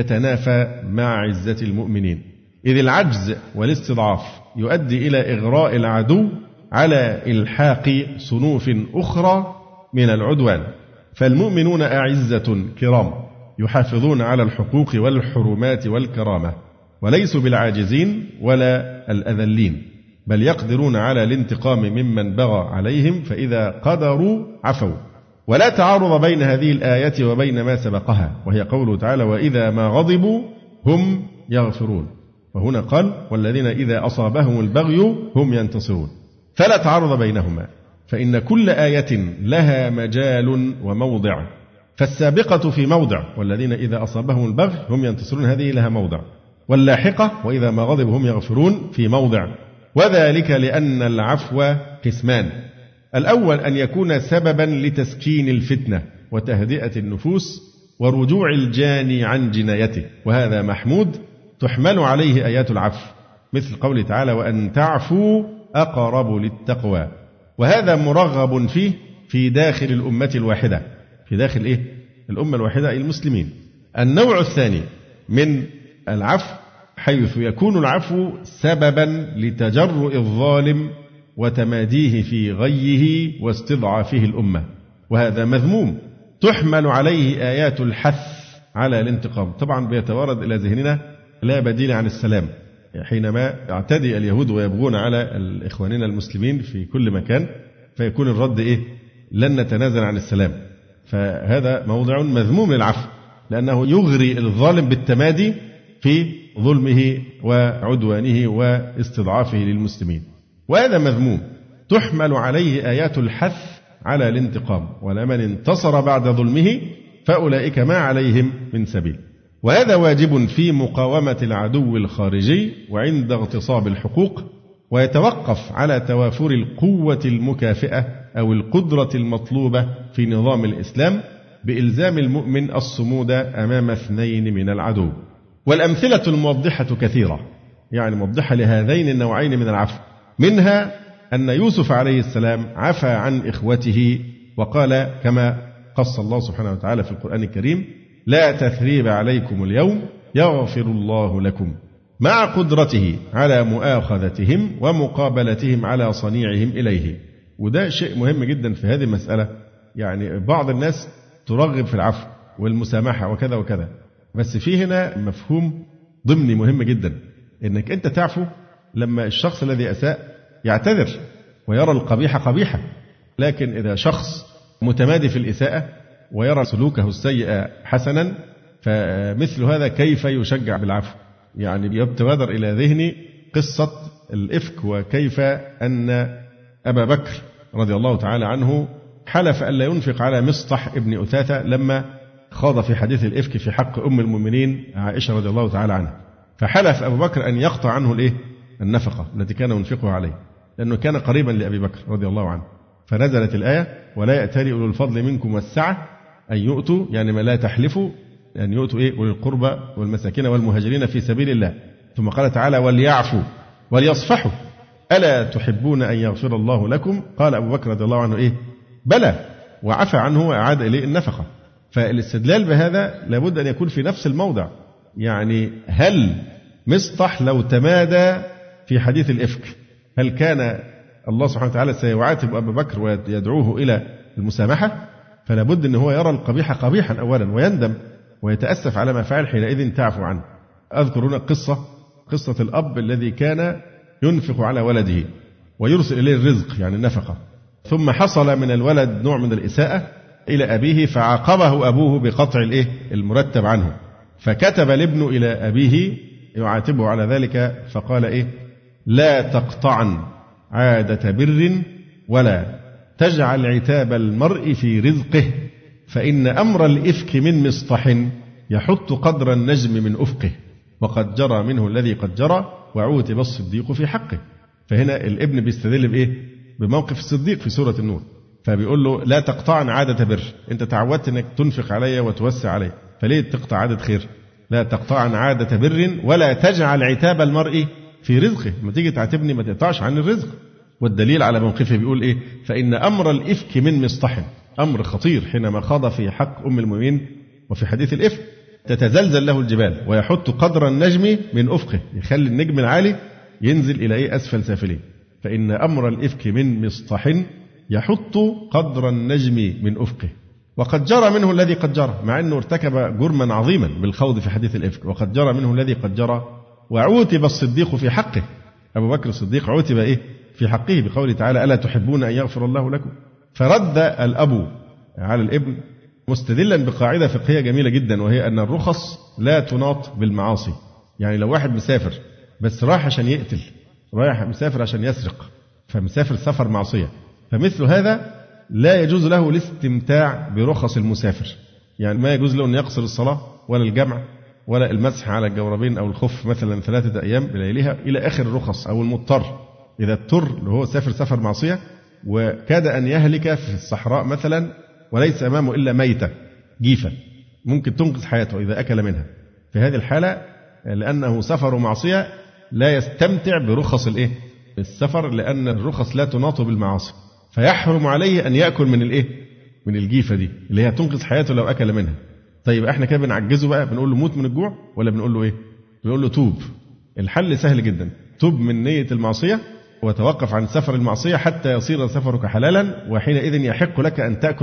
يتنافى مع عزة المؤمنين، إذ العجز والاستضعاف يؤدي إلى إغراء العدو على إلحاق صنوف أخرى من العدوان. فالمؤمنون أعزة كرام يحافظون على الحقوق والحرمات والكرامة، وليسوا بالعاجزين ولا الأذلين، بل يقدرون على الانتقام ممن بغى عليهم، فإذا قدروا عفوا. ولا تعارض بين هذه الآية وبين ما سبقها، وهي قوله تعالى: وإذا ما غضبوا هم يغفرون، وهنا قال: والذين إذا أصابهم البغي هم ينتصرون، فلا تعارض بينهما، فإن كل آية لها مجال وموضع، فالسابقة في موضع والذين إذا أصابهم البغي هم ينتصرون هذه لها موضع، واللاحقة وإذا ما غضبوا هم يغفرون في موضع، وذلك لأن العفو قسمان: الأول أن يكون سببا لتسكين الفتنة وتهدئة النفوس ورجوع الجاني عن جنايته، وهذا محمود تحمل عليه آيات العفو، مثل قوله تعالى: وأن تعفوا أقرب للتقوى، وهذا مرغب فيه في داخل الأمة الواحدة، في داخل إيه؟ الأمة الواحدة أي المسلمين. النوع الثاني من العفو حيث يكون العفو سببا لتجرؤ الظالم وتماديه في غيه واستضعافه الأمة، وهذا مذموم تحمل عليه آيات الحث على الانتقام. طبعا بيتوارد إلى ذهننا لا بديل عن السلام، حينما يعتدي اليهود ويبغون على إخواننا المسلمين في كل مكان، فيكون الرد إيه؟ لن نتنازل عن السلام. فهذا موضع مذموم للعفو، لأنه يغري الظالم بالتمادي في ظلمه وعدوانه واستضعافه للمسلمين، وهذا مذموم تحمل عليه آيات الحث على الانتقام، ولمن انتصر بعد ظلمه فأولئك ما عليهم من سبيل. وهذا واجب في مقاومة العدو الخارجي وعند اغتصاب الحقوق، ويتوقف على توافر القوة المكافئة أو القدرة المطلوبة في نظام الإسلام بإلزام المؤمن الصمود أمام اثنين من العدو. والأمثلة الموضحة كثيرة، يعني موضحة لهذين النوعين من العفو، منها أن يوسف عليه السلام عفى عن إخوته وقال كما قص الله سبحانه وتعالى في القرآن الكريم: لا تثريب عليكم اليوم يغفر الله لكم، مع قدرته على مؤاخذتهم ومقابلتهم على صنيعهم إليه. وده شيء مهم جدا في هذه المسألة. يعني بعض الناس ترغب في العفو والمسامحة وكذا وكذا، بس في هنا مفهوم ضمني مهم جدا، إنك أنت تعفو لما الشخص الذي أساء يعتذر ويرى القبيح قبيحا، لكن إذا شخص متمادي في الإساءة ويرى سلوكه السيء حسنا، فمثل هذا كيف يشجع بالعفو؟ يعني يتبادر إلى ذهني قصة الإفك، وكيف أن أبا بكر رضي الله تعالى عنه حلف ألا ينفق على مصطح ابن أثاثة لما خاض في حديث الإفك في حق أم المؤمنين عائشة رضي الله تعالى عنها، فحلف أبو بكر أن يقطع عنه النفقة التي كان ينفقها عليه، لأنه كان قريبا لأبي بكر رضي الله عنه. فنزلت الآية: ولا يأتل أولو الفضل منكم والسعة أن يؤتوا، يعني ما لا تحلفوا، أن يؤتوا أولي القربى والمساكين والمهاجرين في سبيل الله. ثم قال تعالى: وليعفوا وليصفحوا ألا تحبون أن يغفر الله لكم؟ قال أبو بكر رضي الله عنه: بلى، وعفى عنه وأعاد إليه النفقة. فالاستدلال بهذا لابد أن يكون في نفس الموضع. يعني هل مصطح لو تمادى في حديث الإفك، هل كان الله سبحانه وتعالى سيعاتب أبا بكر ويدعوه إلى المسامحة؟ فلا بد أن هو يرى القبيح قبيحا أولا ويندم، ويتأسف على ما فعل حينئذ تعفو عنه. أذكر هنا قصة الأب الذي كان ينفق على ولده ويرسل إليه الرزق يعني النفقة، ثم حصل من الولد نوع من الإساءة إلى أبيه فعاقبه أبوه بقطع المرتب عنه، فكتب الابن إلى أبيه يعاتبه على ذلك فقال لا تقطعن عادة بر ولا تجعل عتاب المرء في رزقه، فإن أمر الإفك من مصطح يحط قدر النجم من أفقه، وقد جرى منه الذي قد جرى وعوتب الصديق في حقه. فهنا الابن بيستدل بموقف الصديق في سورة النور، فبيقول له لا تقطعن عادة بر، أنت تعودت أنك تنفق علي وتوسع علي، فليه تقطع عادة خير؟ لا تقطعن عادة بر ولا تجعل عتاب المرء في رزقه، ما تيجي تعاتبني ما تقطعش عن الرزق. والدليل على موقفه بيقول فإن أمر الإفك من مصطح، أمر خطير حينما خاض في حق أم المؤمنين وفي حديث الإفك، تتزلزل له الجبال ويحط قدر النجم من أفقه، يخلي النجم العالي ينزل إلى أسفل سافلين. فإن أمر الإفك من مصطح يحط قدر النجم من أفقه، وقد جرى منه الذي قد جرى، مع أنه ارتكب جرما عظيما بالخوض في حديث الإفك، وقد جرى منه الذي قد جرى وعوتب الصديق في حقه. أبو بكر الصديق عوتب في حقه بقوله تعالى ألا تحبون أن يغفر الله لكم. فرد الأب على الابن مستدلا بقاعدة فقهية جميلة جدا، وهي أن الرخص لا تناط بالمعاصي. يعني لو واحد مسافر بس رايح عشان يقتل، رايح مسافر عشان يسرق، فمسافر سفر معصية، فمثل هذا لا يجوز له الاستمتاع برخص المسافر. يعني ما يجوز له أن يقصر الصلاة ولا الجمع ولا المسح على الجوربين أو الخف مثلا 3 أيام بليلها إلى آخر الرخص. أو المضطر إذا اضطر اللي هو سفر معصية وكاد أن يهلك في الصحراء مثلا وليس أمامه إلا ميتة جيفة ممكن تنقذ حياته إذا أكل منها، في هذه الحالة لأنه سفر معصية لا يستمتع برخص السفر، لأن الرخص لا تناط بالمعاصي، فيحرم عليه أن يأكل من الجيفة دي اللي هي تنقذ حياته لو أكل منها. طيب احنا كده بنعجزه بقى، بنقول له موت من الجوع ولا بنقول له بنقول له توب؟ الحل سهل جدا، توب من نية المعصية وتوقف عن سفر المعصية حتى يصير سفرك حلالا، وحينئذ يحق لك أن تأكل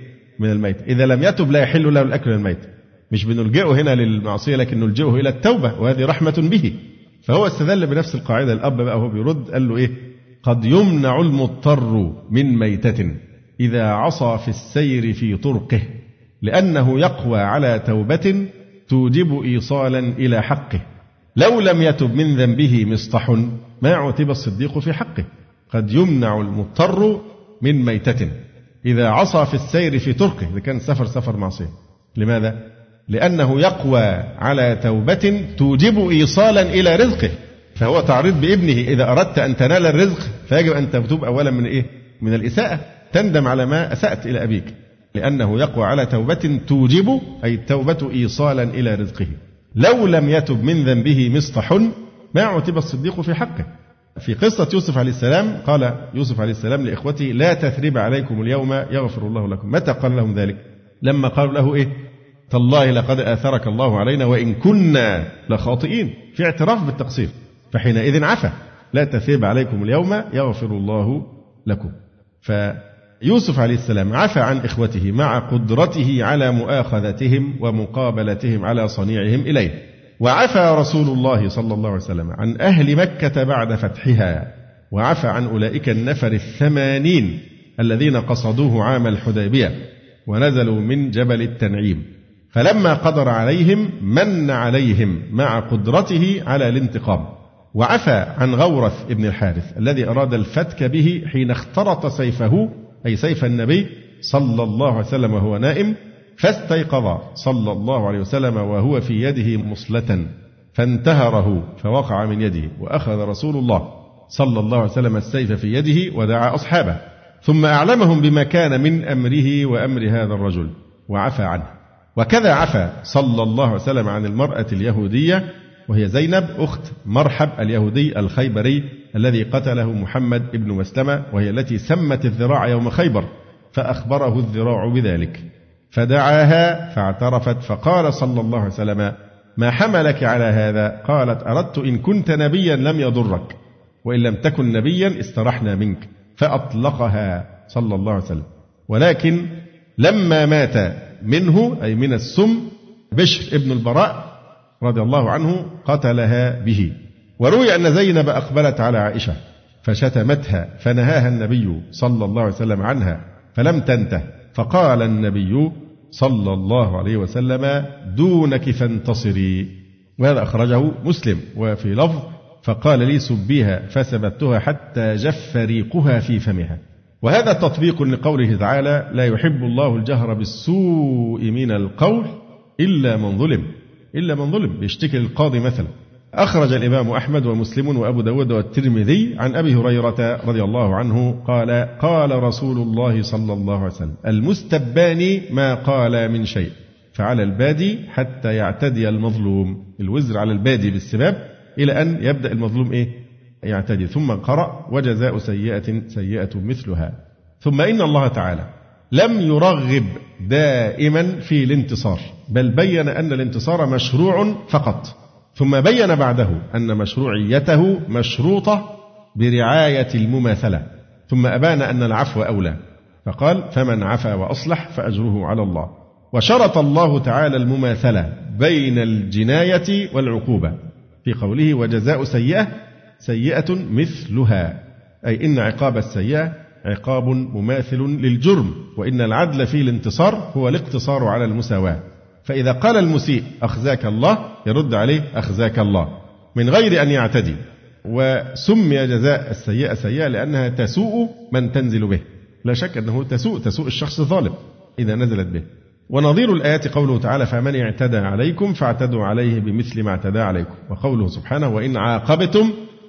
من الميت. إذا لم يتب لا يحل له الأكل من الميت. مش بنلجئه هنا للمعصية لكن نلجئه إلى التوبة، وهذه رحمة به. فهو استدل بنفس القاعدة. الأب بقى هو بيرد قال له قد يمنع المضطر من ميتة إذا عصى في السير في طرقه، لأنه يقوى على توبة توجب إيصالا إلى حقه، لو لم يتب من ذنبه مصطح ما عتب الصديق في حقه. قد يمنع المضطر من ميتة إذا عصى في السير في طرقه، إذا كان سفر معصية. لماذا؟ لأنه يقوى على توبة توجب إيصالا إلى رزقه. فهو تعريض بابنه، إذا أردت أن تنال الرزق فيجب أن تتوب أولا من الإساءة، تندم على ما أسأت إلى أبيك، لأنه يقوى على توبة توجب أي التوبة إيصالا إلى رزقه. لو لم يتب من ذنبه مصطح ما عتب الصديق في حقه. في قصة يوسف عليه السلام قال يوسف عليه السلام لإخوته لا تثريب عليكم اليوم يغفر الله لكم. متى قال لهم ذلك؟ لما قالوا له تالله لقد آثرك الله علينا وإن كنا لخاطئين، في اعتراف بالتقصير، فحينئذ عفا. لا تثريب عليكم اليوم يغفر الله لكم. فيوسف عليه السلام عفى عن إخوته مع قدرته على مؤاخذتهم ومقابلتهم على صنيعهم إليه. وعفى رسول الله صلى الله عليه وسلم عن أهل مكة بعد فتحها، وعفى عن أولئك النفر 80 الذين قصدوه عام الحديبية ونزلوا من جبل التنعيم، فلما قدر عليهم من عليهم مع قدرته على الانتقام. وعفى عن غورث ابن الحارث الذي أراد الفتك به حين اخترط سيفه أي سيف النبي صلى الله عليه وسلم وهو نائم، فاستيقظ صلى الله عليه وسلم وهو في يده مصلة فانتهره فوقع من يده، وأخذ رسول الله صلى الله عليه وسلم السيف في يده ودعا أصحابه ثم أعلمهم بما كان من أمره وأمر هذا الرجل وعفى عنه. وكذا عفى صلى الله عليه وسلم عن المرأة اليهودية وهي زينب أخت مرحب اليهودي الخيبري الذي قتله محمد ابن مسلمة، وهي التي سمت الذراع يوم خيبر، فأخبره الذراع بذلك فدعاها فاعترفت، فقال صلى الله عليه وسلم ما حملك على هذا؟ قالت أردت إن كنت نبيا لم يضرك وإن لم تكن نبيا استرحنا منك، فأطلقها صلى الله عليه وسلم. ولكن لما مات منه أي من السم بشر ابن البراء رضي الله عنه قتلها به. وروي أن زينب أقبلت على عائشة فشتمتها فنهاها النبي صلى الله عليه وسلم عنها فلم تنته، فقال النبي صلى الله عليه وسلم دونك فانتصري. وهذا أخرجه مسلم. وفي لفظ فقال لي سبيها فسببتها حتى جف ريقها في فمها. وهذا تطبيق لقوله تعالى لا يحب الله الجهر بالسوء من القول إلا من ظلم. إلا من ظلم، بيشتكي القاضي مثلا. أخرج الإمام أحمد ومسلم وأبو داود والترمذي عن أبي هريرة رضي الله عنه قال قال رسول الله صلى الله عليه وسلم المستبان ما قال من شيء فعلى البادي حتى يعتدي المظلوم. الوزر على البادي بالسباب إلى أن يبدأ المظلوم يعتدي. ثم قرأ وجزاء سيئة سيئة مثلها. ثم إن الله تعالى لم يرغب دائما في الانتصار، بل بين أن الانتصار مشروع فقط، ثم بين بعده أن مشروعيته مشروطة برعاية المماثلة، ثم أبان أن العفو أولى فقال فمن عفا وأصلح فأجره على الله. وشرط الله تعالى المماثلة بين الجناية والعقوبة في قوله وجزاء سيئة سيئة مثلها، أي إن عقاب السيئة عقاب مماثل للجرم، وإن العدل في الانتصار هو الاقتصار على المساواة. فإذا قال المسيء أخزاك الله يرد عليه أخزاك الله من غير أن يعتدي. وسمي جزاء السيئة سيئة لأنها تسوء من تنزل به، لا شك أنه تسوء الشخص الظالم إذا نزلت به. ونظير الآيات قوله تعالى فمن اعتدى عليكم فاعتدوا عليه بمثل ما اعتدى عليكم، وقوله سبحانه وإن عاقبتم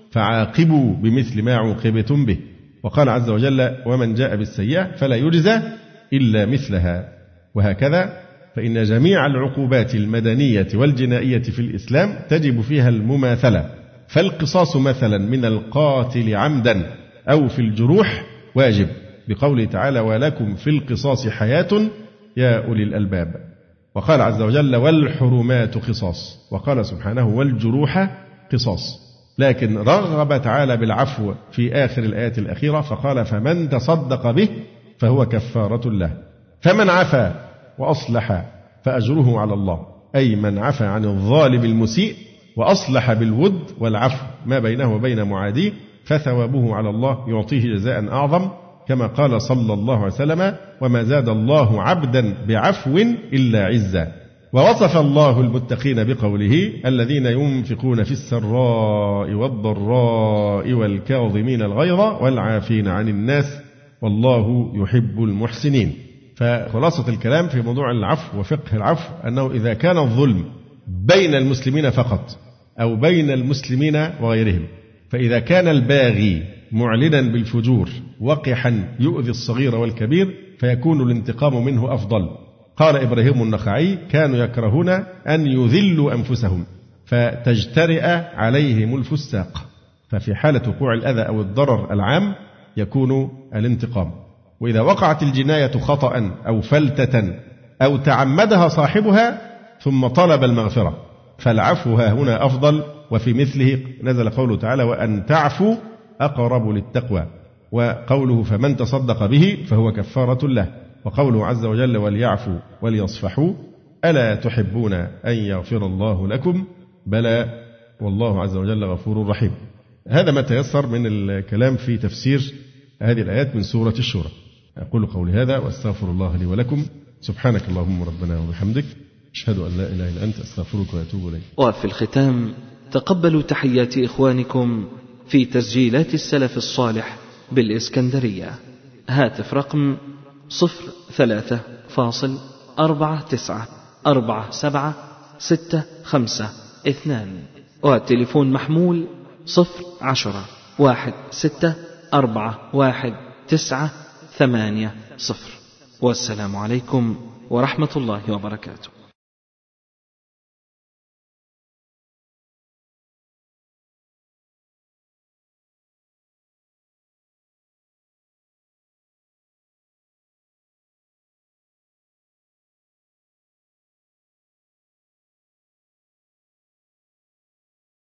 فعاقبوا بمثل ما عوقبتم به. وقال عز وجل ومن جاء بالسيئة فلا يجزى إلا مثلها. وهكذا فإن جميع العقوبات المدنية والجنائية في الإسلام تجب فيها المماثلة، فالقصاص مثلا من القاتل عمدا أو في الجروح واجب بقوله تعالى ولكم في القصاص حياة يا أولي الألباب. وقال عز وجل والحرمات قصاص، وقال سبحانه والجروح قصاص. لكن رغب تعالى بالعفو في آخر الآيات الأخيرة فقال فمن تصدق به فهو كفارة له. فمن عفا وأصلح فأجره على الله، أي من عفا عن الظالم المسيء وأصلح بالود والعفو ما بينه وبين معاديه فثوابه على الله يعطيه جزاء أعظم، كما قال صلى الله عليه وسلم وما زاد الله عبدا بعفو إلا عزا. ووصف الله المتقين بقوله الذين ينفقون في السراء والضراء والكاظمين الغيظ والعافين عن الناس والله يحب المحسنين. فخلاصة الكلام في موضوع العفو وفقه العفو أنه إذا كان الظلم بين المسلمين فقط أو بين المسلمين وغيرهم، فإذا كان الباغي معلنا بالفجور وقحا يؤذي الصغير والكبير فيكون الانتقام منه أفضل. قال إبراهيم النخعي كانوا يكرهون أن يذلوا أنفسهم فتجترئ عليهم الفساق، ففي حالة وقوع الأذى أو الضرر العام يكون الانتقام. وإذا وقعت الجناية خطأ أو فلتة أو تعمدها صاحبها ثم طلب المغفرة فالعفو ها هنا أفضل. وفي مثله نزل قوله تعالى وأن تعفوا أقرب للتقوى، وقوله فمن تصدق به فهو كفارة له، وقوله عز وجل وليعفوا وليصفحوا ألا تحبون أن يغفر الله لكم بلى والله عز وجل غفور رحيم. هذا ما تيسر من الكلام في تفسير هذه الآيات من سورة الشورى. أقول قولي هذا وأستغفر الله لي ولكم. سبحانك اللهم ربنا وبحمدك أشهد أن لا إله إلا أنت أستغفرك وأتوب إليك. وفي الختام تقبلوا تحيات إخوانكم في تسجيلات السلف الصالح بالإسكندرية. هاتف رقم 03-4947-65-2، والتليفون محمول 010-16-41-980. والسلام عليكم ورحمة الله وبركاته.